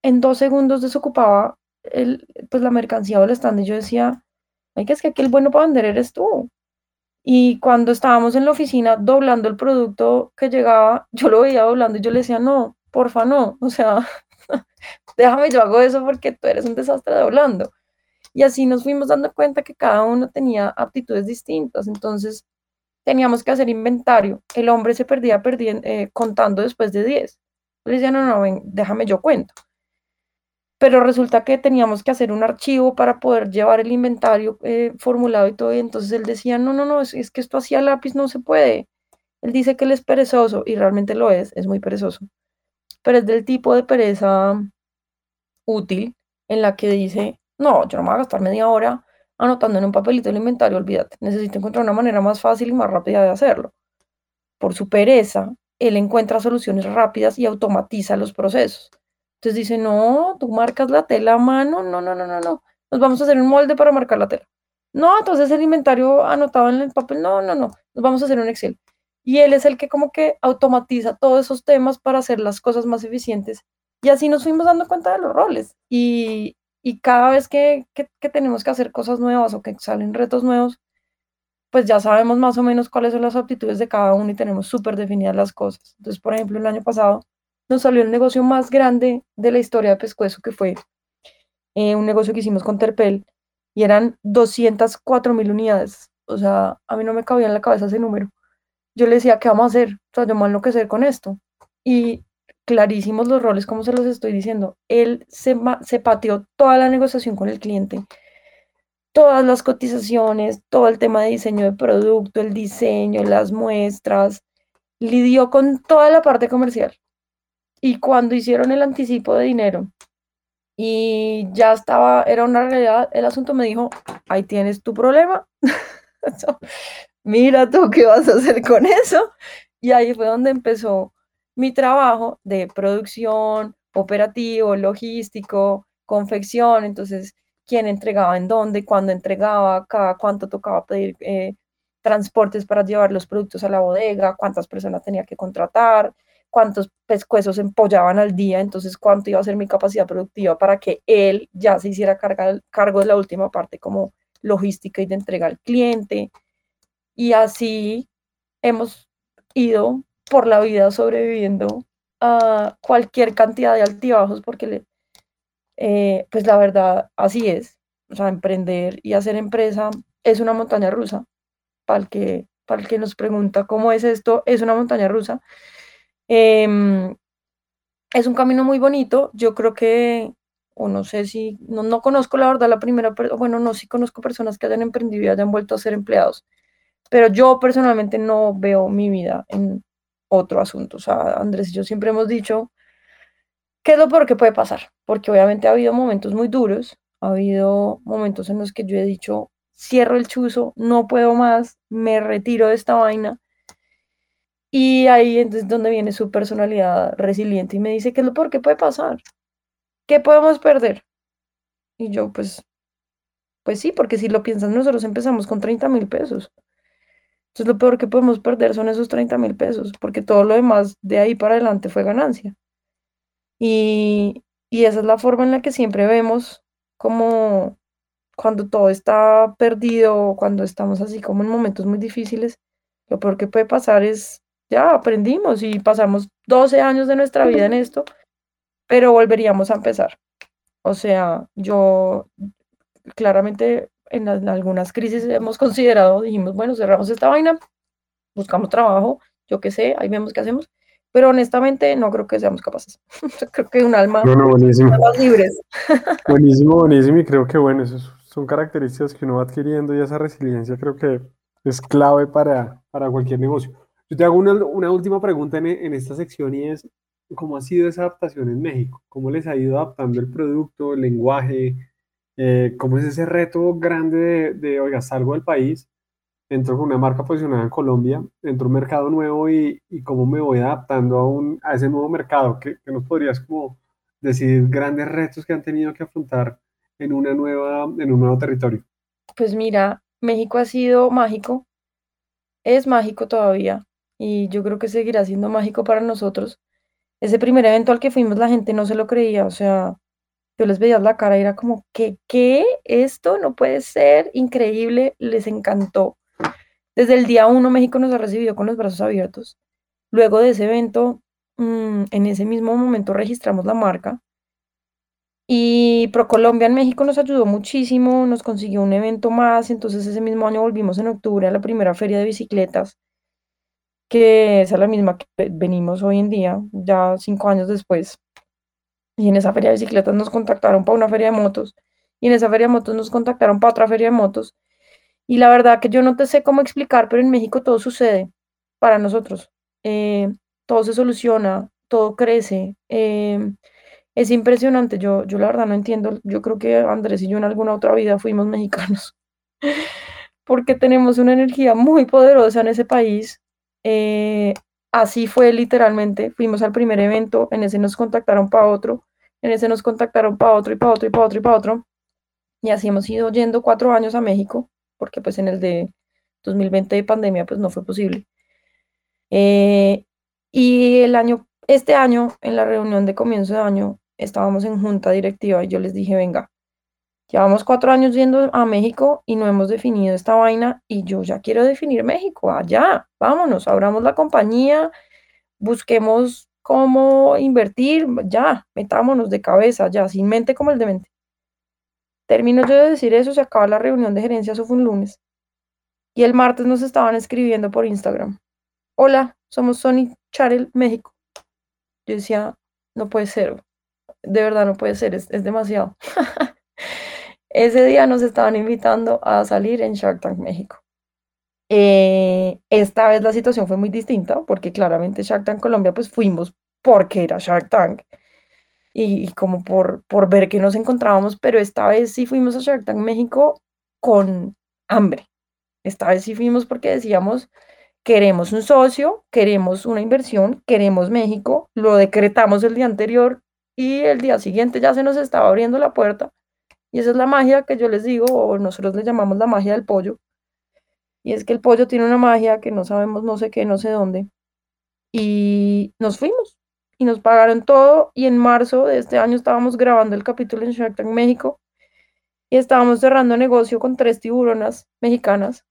en dos segundos desocupaba el, pues la mercancía o el stand y yo decía, ay, que es que aquí el bueno para vender eres tú. Y cuando estábamos en la oficina doblando el producto que llegaba, yo lo veía doblando y yo le decía, no, porfa, no, o sea, déjame, yo hago eso porque tú eres un desastre doblando. Y así nos fuimos dando cuenta que cada uno tenía aptitudes distintas, entonces teníamos que hacer inventario. El hombre se perdía perdi- eh, contando después de diez. Le decía, no, no, ven, déjame, yo cuento. Pero resulta que teníamos que hacer un archivo para poder llevar el inventario eh, formulado y todo, y entonces él decía, no, no, no, es, es que esto así a lápiz no se puede. Él dice que él es perezoso, y realmente lo es, es muy perezoso, pero es del tipo de pereza útil en la que dice, no, yo no me voy a gastar media hora anotando en un papelito el inventario, olvídate, necesito encontrar una manera más fácil y más rápida de hacerlo. Por su pereza, él encuentra soluciones rápidas y automatiza los procesos. Entonces dice, no, tú marcas la tela a mano, no, no, no, no, no, nos vamos a hacer un molde para marcar la tela. No, entonces el inventario anotado en el papel, no, no, no, nos vamos a hacer un Excel. Y él es el que como que automatiza todos esos temas para hacer las cosas más eficientes. Y así nos fuimos dando cuenta de los roles. Y, y cada vez que, que, que tenemos que hacer cosas nuevas o que salen retos nuevos, pues ya sabemos más o menos cuáles son las aptitudes de cada uno y tenemos súper definidas las cosas. Entonces, por ejemplo, el año pasado nos salió el negocio más grande de la historia de Pescuezo, que fue eh, un negocio que hicimos con Terpel, y eran doscientas cuatro mil unidades. O sea, a mí no me cabía en la cabeza ese número. Yo le decía, ¿qué vamos a hacer? O sea, yo me voy a enloquecer con esto. Y clarísimos los roles, como se los estoy diciendo. Él se, se pateó toda la negociación con el cliente, todas las cotizaciones, todo el tema de diseño de producto, el diseño, las muestras, lidió con toda la parte comercial. Y cuando hicieron el anticipo de dinero y ya estaba, era una realidad, el asunto me dijo, ahí tienes tu problema, mira tú qué vas a hacer con eso. Y ahí fue donde empezó mi trabajo de producción, operativo, logístico, confección. Entonces, quién entregaba en dónde, cuándo entregaba, cada cuánto tocaba pedir eh, transportes para llevar los productos a la bodega, cuántas personas tenía que contratar, cuántos pescuezos empollaban al día, entonces cuánto iba a ser mi capacidad productiva para que él ya se hiciera carga, cargo de la última parte como logística y de entrega al cliente. Y así hemos ido por la vida sobreviviendo a cualquier cantidad de altibajos, porque le, eh, pues la verdad así es. O sea, emprender y hacer empresa es una montaña rusa. Para el que, para el que nos pregunta cómo es esto, es una montaña rusa. Eh, es un camino muy bonito. Yo creo que, o no sé si, no, no conozco la verdad la primera, bueno, no, sí conozco personas que hayan emprendido y hayan vuelto a ser empleados, pero yo personalmente no veo mi vida en otro asunto. O sea, Andrés y yo siempre hemos dicho, ¿qué es lo peor que puede pasar? Porque obviamente ha habido momentos muy duros, ha habido momentos en los que yo he dicho, cierro el chuzo, no puedo más, me retiro de esta vaina. Y ahí entonces donde viene su personalidad resiliente y me dice, ¿qué es lo peor que puede pasar? ¿Qué podemos perder? Y yo, pues, pues sí, porque si lo piensan, nosotros empezamos con treinta mil pesos. Entonces lo peor que podemos perder son esos treinta mil pesos, porque todo lo demás de ahí para adelante fue ganancia. Y, y esa es la forma en la que siempre vemos como cuando todo está perdido, cuando estamos así como en momentos muy difíciles, lo peor que puede pasar es, ya aprendimos y pasamos doce años de nuestra vida en esto, pero volveríamos a empezar. O sea, yo claramente en, en algunas crisis hemos considerado, dijimos, bueno, cerramos esta vaina, buscamos trabajo, yo qué sé, ahí vemos qué hacemos, pero honestamente no creo que seamos capaces. Creo que un alma, No, no, buenísimo. almas libres. Buenísimo, buenísimo, y creo que bueno, esas son características que uno va adquiriendo y esa resiliencia creo que es clave para, para cualquier negocio. Yo te hago una, una última pregunta en, en esta sección y es, ¿cómo ha sido esa adaptación en México? ¿Cómo les ha ido adaptando el producto, el lenguaje? Eh, ¿cómo es ese reto grande de, de, oiga, salgo del país, entro con una marca posicionada en Colombia, entro a un mercado nuevo y, y cómo me voy adaptando a, un, a ese nuevo mercado? ¿Qué, qué nos podrías como decir grandes retos que han tenido que afrontar en, una nueva, en un nuevo territorio? Pues mira, México ha sido mágico, es mágico todavía y yo creo que seguirá siendo mágico para nosotros. ese primer evento al que fuimos la gente no se lo creía, o sea, yo les veía la cara y era como, ¿qué? ¿Qué? Esto no puede ser, increíble, les encantó. Desde el día uno México nos ha recibido con los brazos abiertos. Luego de ese evento, mmm, en ese mismo momento registramos la marca y ProColombia en México nos ayudó muchísimo, nos consiguió un evento más, entonces ese mismo año volvimos en octubre a la primera feria de bicicletas, que es a la misma que venimos hoy en día, ya cinco años después. Y en esa feria de bicicletas nos contactaron para una feria de motos, y en esa feria de motos nos contactaron para otra feria de motos. Y la verdad que yo no te sé cómo explicar, pero en México todo sucede para nosotros. Eh, todo se soluciona, todo crece. Eh, es impresionante. Yo, yo la verdad no entiendo. Yo creo que Andrés y yo en alguna otra vida fuimos mexicanos, porque tenemos una energía muy poderosa en ese país. Eh, así fue literalmente. Fuimos al primer evento, en ese nos contactaron para otro, en ese nos contactaron para otro y para otro y para otro y para otro. Y así hemos ido yendo cuatro años a México, porque pues en el de dos mil veinte de pandemia pues no fue posible. Eh, y el año, este año, en la reunión de comienzo de año, estábamos en junta directiva y yo les dije, venga, llevamos cuatro años yendo a México y no hemos definido esta vaina y yo ya quiero definir México, allá, vámonos, abramos la compañía, busquemos cómo invertir, ya, metámonos de cabeza, ya, sin mente como el demente. Termino yo de decir eso, se acaba la reunión de gerencia, eso fue un lunes. Y el martes nos estaban escribiendo por Instagram. Hola, somos Sony Charel, México. Yo decía, no puede ser, de verdad no puede ser, es, es demasiado. Ese día nos estaban invitando a salir en Shark Tank México. Eh, esta vez la situación fue muy distinta, porque claramente Shark Tank Colombia, pues fuimos porque era Shark Tank. Y, y como por, por ver que nos encontrábamos, pero esta vez sí fuimos a Shark Tank México con hambre. Esta vez sí fuimos porque decíamos, queremos un socio, queremos una inversión, queremos México, lo decretamos el día anterior y el día siguiente ya se nos estaba abriendo la puerta. Y esa es la magia que yo les digo, o nosotros le llamamos la magia del pollo. Y es que el pollo tiene una magia que no sabemos no sé qué, no sé dónde. Y nos fuimos y nos pagaron todo y en marzo de este año estábamos grabando el capítulo en Shark Tank México y estábamos cerrando negocio con tres tiburonas mexicanas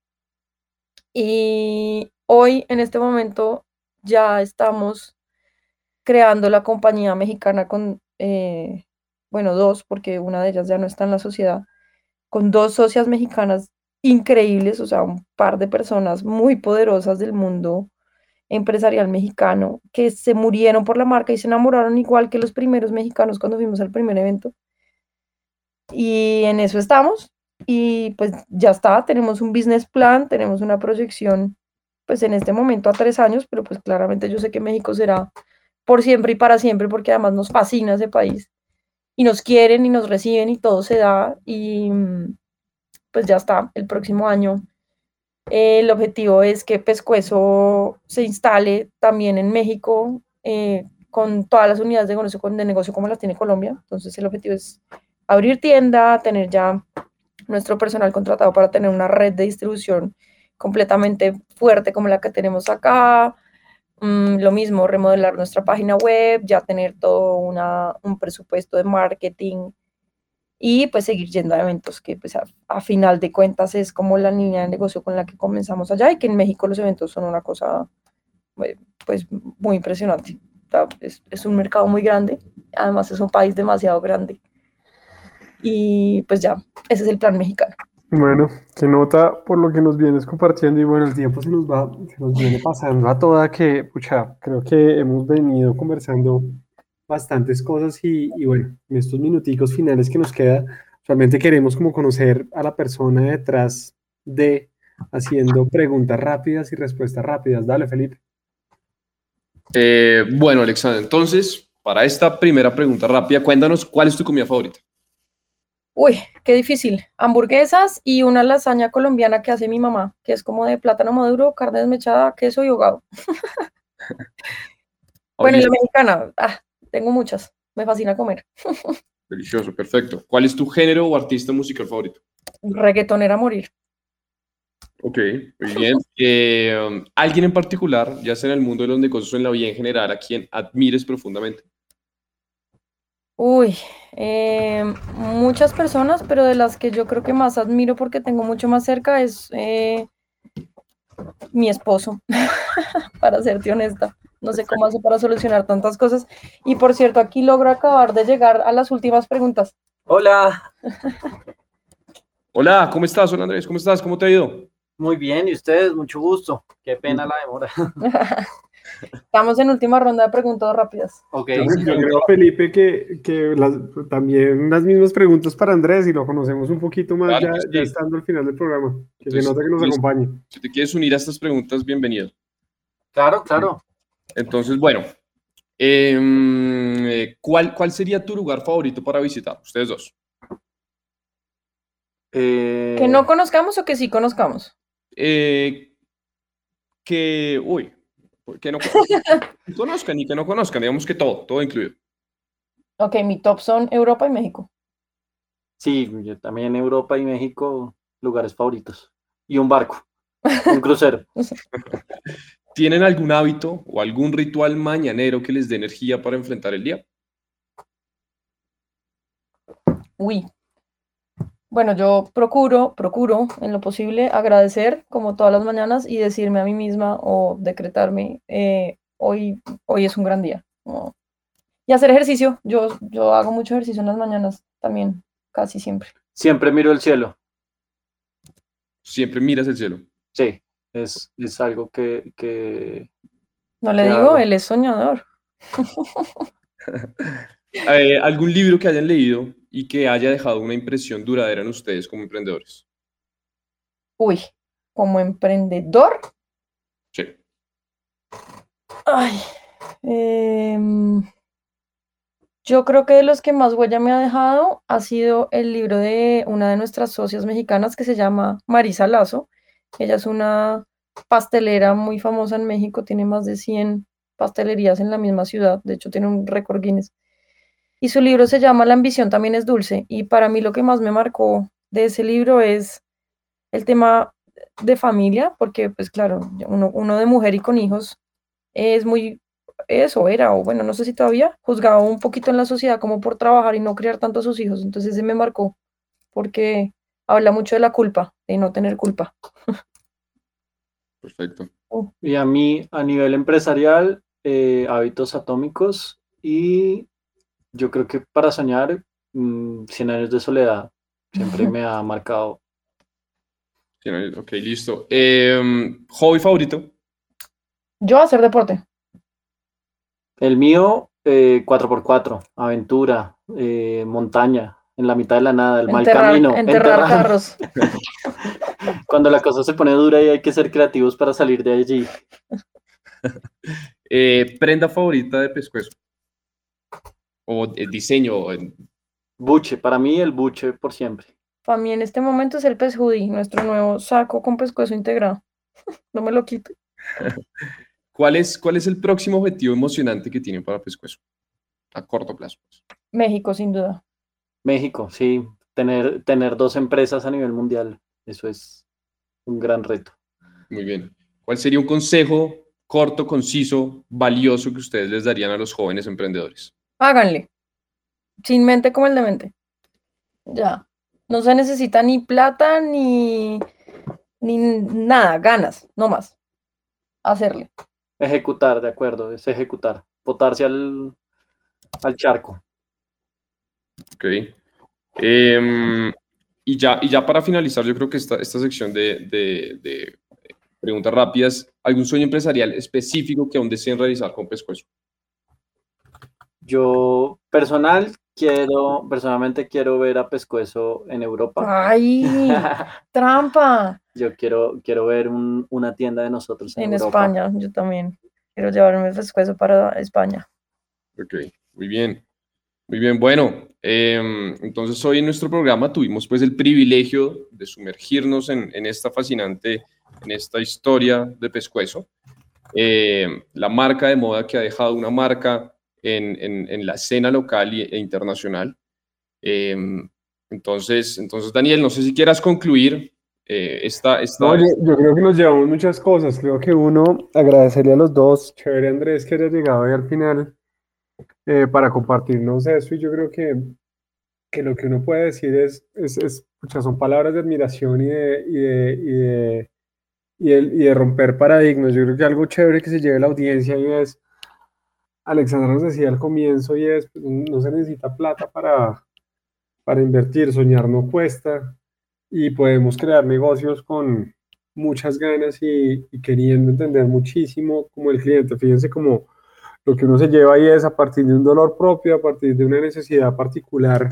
y hoy en este momento ya estamos creando la compañía mexicana con, eh, bueno, dos, porque una de ellas ya no está en la sociedad, con dos socias mexicanas increíbles, o sea, un par de personas muy poderosas del mundo empresarial mexicano que se murieron por la marca y se enamoraron igual que los primeros mexicanos cuando fuimos al primer evento. Y en eso estamos. Y pues ya está, tenemos un business plan, tenemos una proyección, pues en este momento a tres años, pero pues claramente yo sé que México será por siempre y para siempre, porque además nos fascina ese país. Y nos quieren y nos reciben y todo se da. Y pues ya está, el próximo año Eh, el objetivo es que Pescuezo se instale también en México eh, con todas las unidades de negocio, de negocio como las tiene Colombia. Entonces el objetivo es abrir tienda, tener ya nuestro personal contratado para tener una red de distribución completamente fuerte como la que tenemos acá. Mm, lo mismo, remodelar nuestra página web, ya tener todo una, un presupuesto de marketing y pues seguir yendo a eventos que pues a, a final de cuentas es como la línea de negocio con la que comenzamos allá y que en México los eventos son una cosa pues muy impresionante. O sea, es, es un mercado muy grande, además es un país demasiado grande y pues ya, ese es el plan mexicano. Bueno, qué nota por lo que nos vienes compartiendo y bueno, el tiempo se nos va, se nos viene pasando a toda que, pucha, creo que hemos venido conversando bastantes cosas y, y bueno, en estos minuticos finales que nos queda, realmente queremos como conocer a la persona detrás de haciendo preguntas rápidas y respuestas rápidas. Dale, Felipe. Eh, bueno, Alexander, entonces, para esta primera pregunta rápida, cuéntanos, ¿cuál es tu comida favorita? Uy, qué difícil. Hamburguesas y una lasaña colombiana que hace mi mamá, que es como de plátano maduro, carne desmechada, queso y ahogado. Bueno, y la mexicana, ah, tengo muchas. Me fascina comer. Delicioso, perfecto. ¿Cuál es tu género o artista musical favorito? Reggaetonera a morir. Ok, muy bien. Eh, um, ¿alguien en particular, ya sea en el mundo de los negocios o en la vida en general, a quien admires profundamente? Uy, eh, muchas personas, pero de las que yo creo que más admiro porque tengo mucho más cerca es eh, mi esposo, para serte honesta. No sé cómo hace para solucionar tantas cosas. Y por cierto, aquí logro acabar de llegar a las últimas preguntas. Hola, Hola, ¿cómo estás? Hola Andrés, ¿cómo estás? ¿Cómo te ha ido? muy bien, ¿y ustedes? Mucho gusto. Qué pena la demora. Estamos en última ronda de preguntas rápidas. Ok, Yo, yo creo, Felipe, que, que las, también las mismas preguntas para Andrés y lo conocemos un poquito más Claro ya, que sí. ya estando al final del programa. Que se Entonces, nota que nos listo. acompañe. Si te quieres unir a estas preguntas, bienvenido. claro, claro. Entonces, bueno, em, eh, ¿cuál, ¿cuál sería tu lugar favorito para visitar? Ustedes dos. Eh, ¿Que no conozcamos o que sí conozcamos? Eh, que, uy, que no conozcan, conozcan y que no conozcan, digamos que todo, todo incluido. Ok, mi top son Europa y México. sí, yo también Europa y México, lugares favoritos. Y un barco, un crucero. ¿Tienen algún hábito o algún ritual mañanero que les dé energía para enfrentar el día? Uy. Bueno, yo procuro, procuro en lo posible agradecer como todas las mañanas y decirme a mí misma o decretarme, eh, hoy, hoy es un gran día. ¿No? Y hacer ejercicio. Yo, yo hago mucho ejercicio en las mañanas también, casi siempre. Siempre miro el cielo. Siempre miras el cielo. Sí, es, es algo que, que, No le que digo, hago. él es soñador. Eh, ¿algún libro que hayan leído y que haya dejado una impresión duradera en ustedes como emprendedores? Uy, como emprendedor. Sí. Ay, em, yo creo que de los que más huella me ha dejado ha sido el libro de una de nuestras socias mexicanas que se llama Marisa Lazo. Ella es una pastelera muy famosa en México, tiene más de cien pastelerías en la misma ciudad, de hecho tiene un récord Guinness. Y su libro se llama La ambición también es dulce. Y para mí lo que más me marcó de ese libro es el tema de familia, porque pues claro, uno, uno de mujer y con hijos es muy, eso era, o bueno, no sé si todavía, juzgado un poquito en la sociedad como por trabajar y no criar tanto a sus hijos. Entonces se me marcó, porque habla mucho de la culpa, de no tener culpa. Perfecto. Uh, Y a mí, a nivel empresarial, eh, hábitos atómicos y yo creo que para soñar, mm, cien años de soledad siempre me ha marcado. Sí, no, ok, listo. Eh, ¿hobby favorito? Yo hacer deporte. El mío, eh, cuatro por cuatro, aventura, eh, montaña, en la mitad de la nada, el mal Enterrar, camino, enterrar enterrar. carros. Cuando la cosa se pone dura y hay que ser creativos para salir de allí. Eh, ¿prenda favorita de pescuezo? ¿O eh, diseño? en- Buche, para mí el buche por siempre. Para mí en este momento es el pez hoodie, nuestro nuevo saco con pescuezo integrado. No me lo quito. ¿Cuál es, ¿Cuál es el próximo objetivo emocionante que tienen para pescuezo? A corto plazo, pues. México, sin duda. México, sí, tener, tener dos empresas a nivel mundial, eso es un gran reto. Muy bien. ¿Cuál sería un consejo corto, conciso, valioso que ustedes les darían a los jóvenes emprendedores? Háganle. Sin mente como el de mente. Ya. No se necesita ni plata ni, ni nada, ganas, no más. Hacerle. Ejecutar, de acuerdo, es ejecutar, botarse al, al charco. Ok. Em, y, ya, y ya para finalizar, yo creo que esta, esta sección de, de- de preguntas rápidas, ¿algún sueño empresarial específico que aún deseen realizar con Pescuezo? Yo personal quiero, personalmente quiero ver a Pescuezo en Europa. ¡Ay! ¡Trampa! Yo quiero, quiero ver un- una tienda de nosotros en, En Europa. España, yo también. Quiero llevarme el pescuezo para España. Ok, muy bien. Muy bien, bueno, em, entonces hoy en nuestro programa tuvimos pues el privilegio de sumergirnos en, en esta fascinante, en esta historia de Pescuezo. Em, la marca de moda que ha dejado una marca en, en- en la escena local y- e internacional. Em, entonces, entonces, Daniel, no sé si quieras concluir Eh, esta, esta, Oye, yo creo que nos llevamos muchas cosas. Creo que uno, agradecerle a los dos, chévere Andrés, que haya llegado ahí al final eh, para compartirnos eso. Y yo creo que, que lo que uno puede decir es, es, es pucha, son palabras de admiración y de, y de, y de, y de, y de romper paradigmas. Yo creo que algo chévere que se lleve la audiencia y es, Alexandra nos decía al comienzo, y es, pues, no se necesita plata para, para invertir, soñar no cuesta. Y podemos crear negocios con muchas ganas y, y queriendo entender muchísimo como el cliente. Fíjense como lo que uno se lleva ahí es a partir de un dolor propio, a partir de una necesidad particular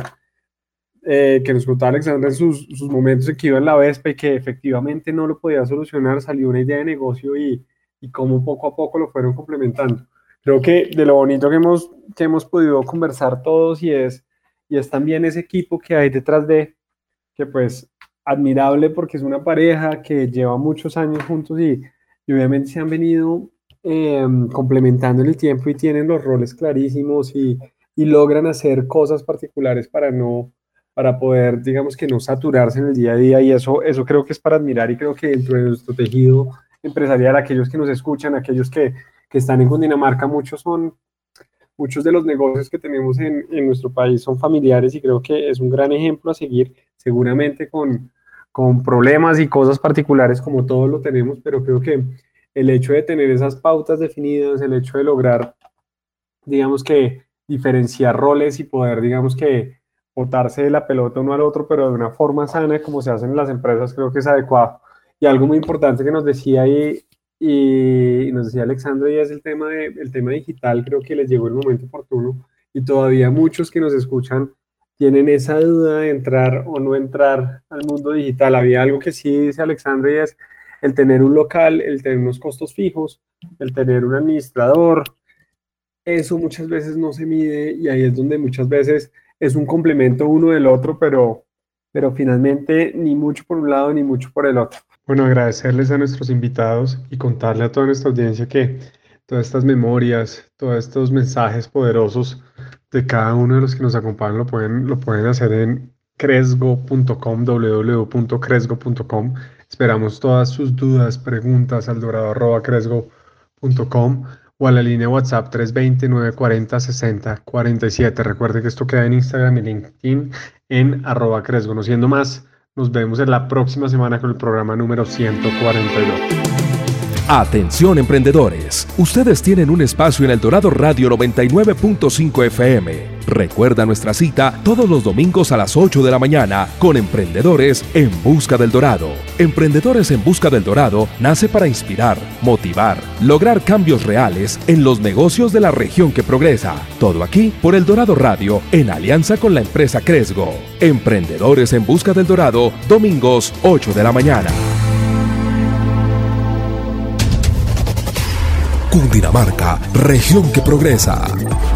eh, que nos contaba Alexandra en sus, sus momentos en que iba en la Vespa y que efectivamente no lo podía solucionar, salió una idea de negocio y, y cómo poco a poco lo fueron complementando. Creo que de lo bonito que hemos, que hemos podido conversar todos y es, y es también ese equipo que hay detrás de, que pues admirable porque es una pareja que lleva muchos años juntos y, y obviamente se han venido eh, complementando en el tiempo y tienen los roles clarísimos y, y logran hacer cosas particulares para no, para poder, digamos que no saturarse en el día a día y eso, eso creo que es para admirar y creo que dentro de nuestro tejido empresarial, aquellos que nos escuchan, aquellos que, que están en Cundinamarca, muchos son Muchos de los negocios que tenemos en, en nuestro país son familiares y creo que es un gran ejemplo a seguir, seguramente con, con problemas y cosas particulares como todos lo tenemos, pero creo que el hecho de tener esas pautas definidas, el hecho de lograr, digamos que, diferenciar roles y poder, digamos que, botarse de la pelota uno al otro, pero de una forma sana, como se hace en las empresas, creo que es adecuado. Y algo muy importante que nos decía ahí, y nos decía Alexandra, y es el tema, de, el tema digital, creo que les llegó el momento oportuno y todavía muchos que nos escuchan tienen esa duda de entrar o no entrar al mundo digital. Había algo que sí dice Alexandra y es el tener un local, el tener unos costos fijos, el tener un administrador, eso muchas veces no se mide y ahí es donde muchas veces es un complemento uno del otro, pero, pero finalmente ni mucho por un lado ni mucho por el otro. Bueno, agradecerles a nuestros invitados y contarle a toda nuestra audiencia que todas estas memorias, todos estos mensajes poderosos de cada uno de los que nos acompañan lo pueden, lo pueden hacer en cresgo punto com, w w w punto cresgo punto com. Esperamos todas sus dudas, preguntas al dorado arroba cresgo punto com o a la línea WhatsApp tres dos cero, nueve cuatro cero, seis cero cuatro siete. Recuerde que esto queda en Instagram y LinkedIn en arroba cresgo. No siendo más, nos vemos en la próxima semana con el programa número ciento cuarenta y dos. Atención emprendedores, ustedes tienen un espacio en El Dorado Radio noventa y nueve punto cinco F M. Recuerda nuestra cita todos los domingos a las ocho de la mañana con Emprendedores en Busca del Dorado. Emprendedores en Busca del Dorado nace para inspirar, motivar, lograr cambios reales en los negocios de la región que progresa. Todo aquí por El Dorado Radio en alianza con la empresa Cresgo. Emprendedores en Busca del Dorado, domingos ocho de la mañana. Cundinamarca, región que progresa.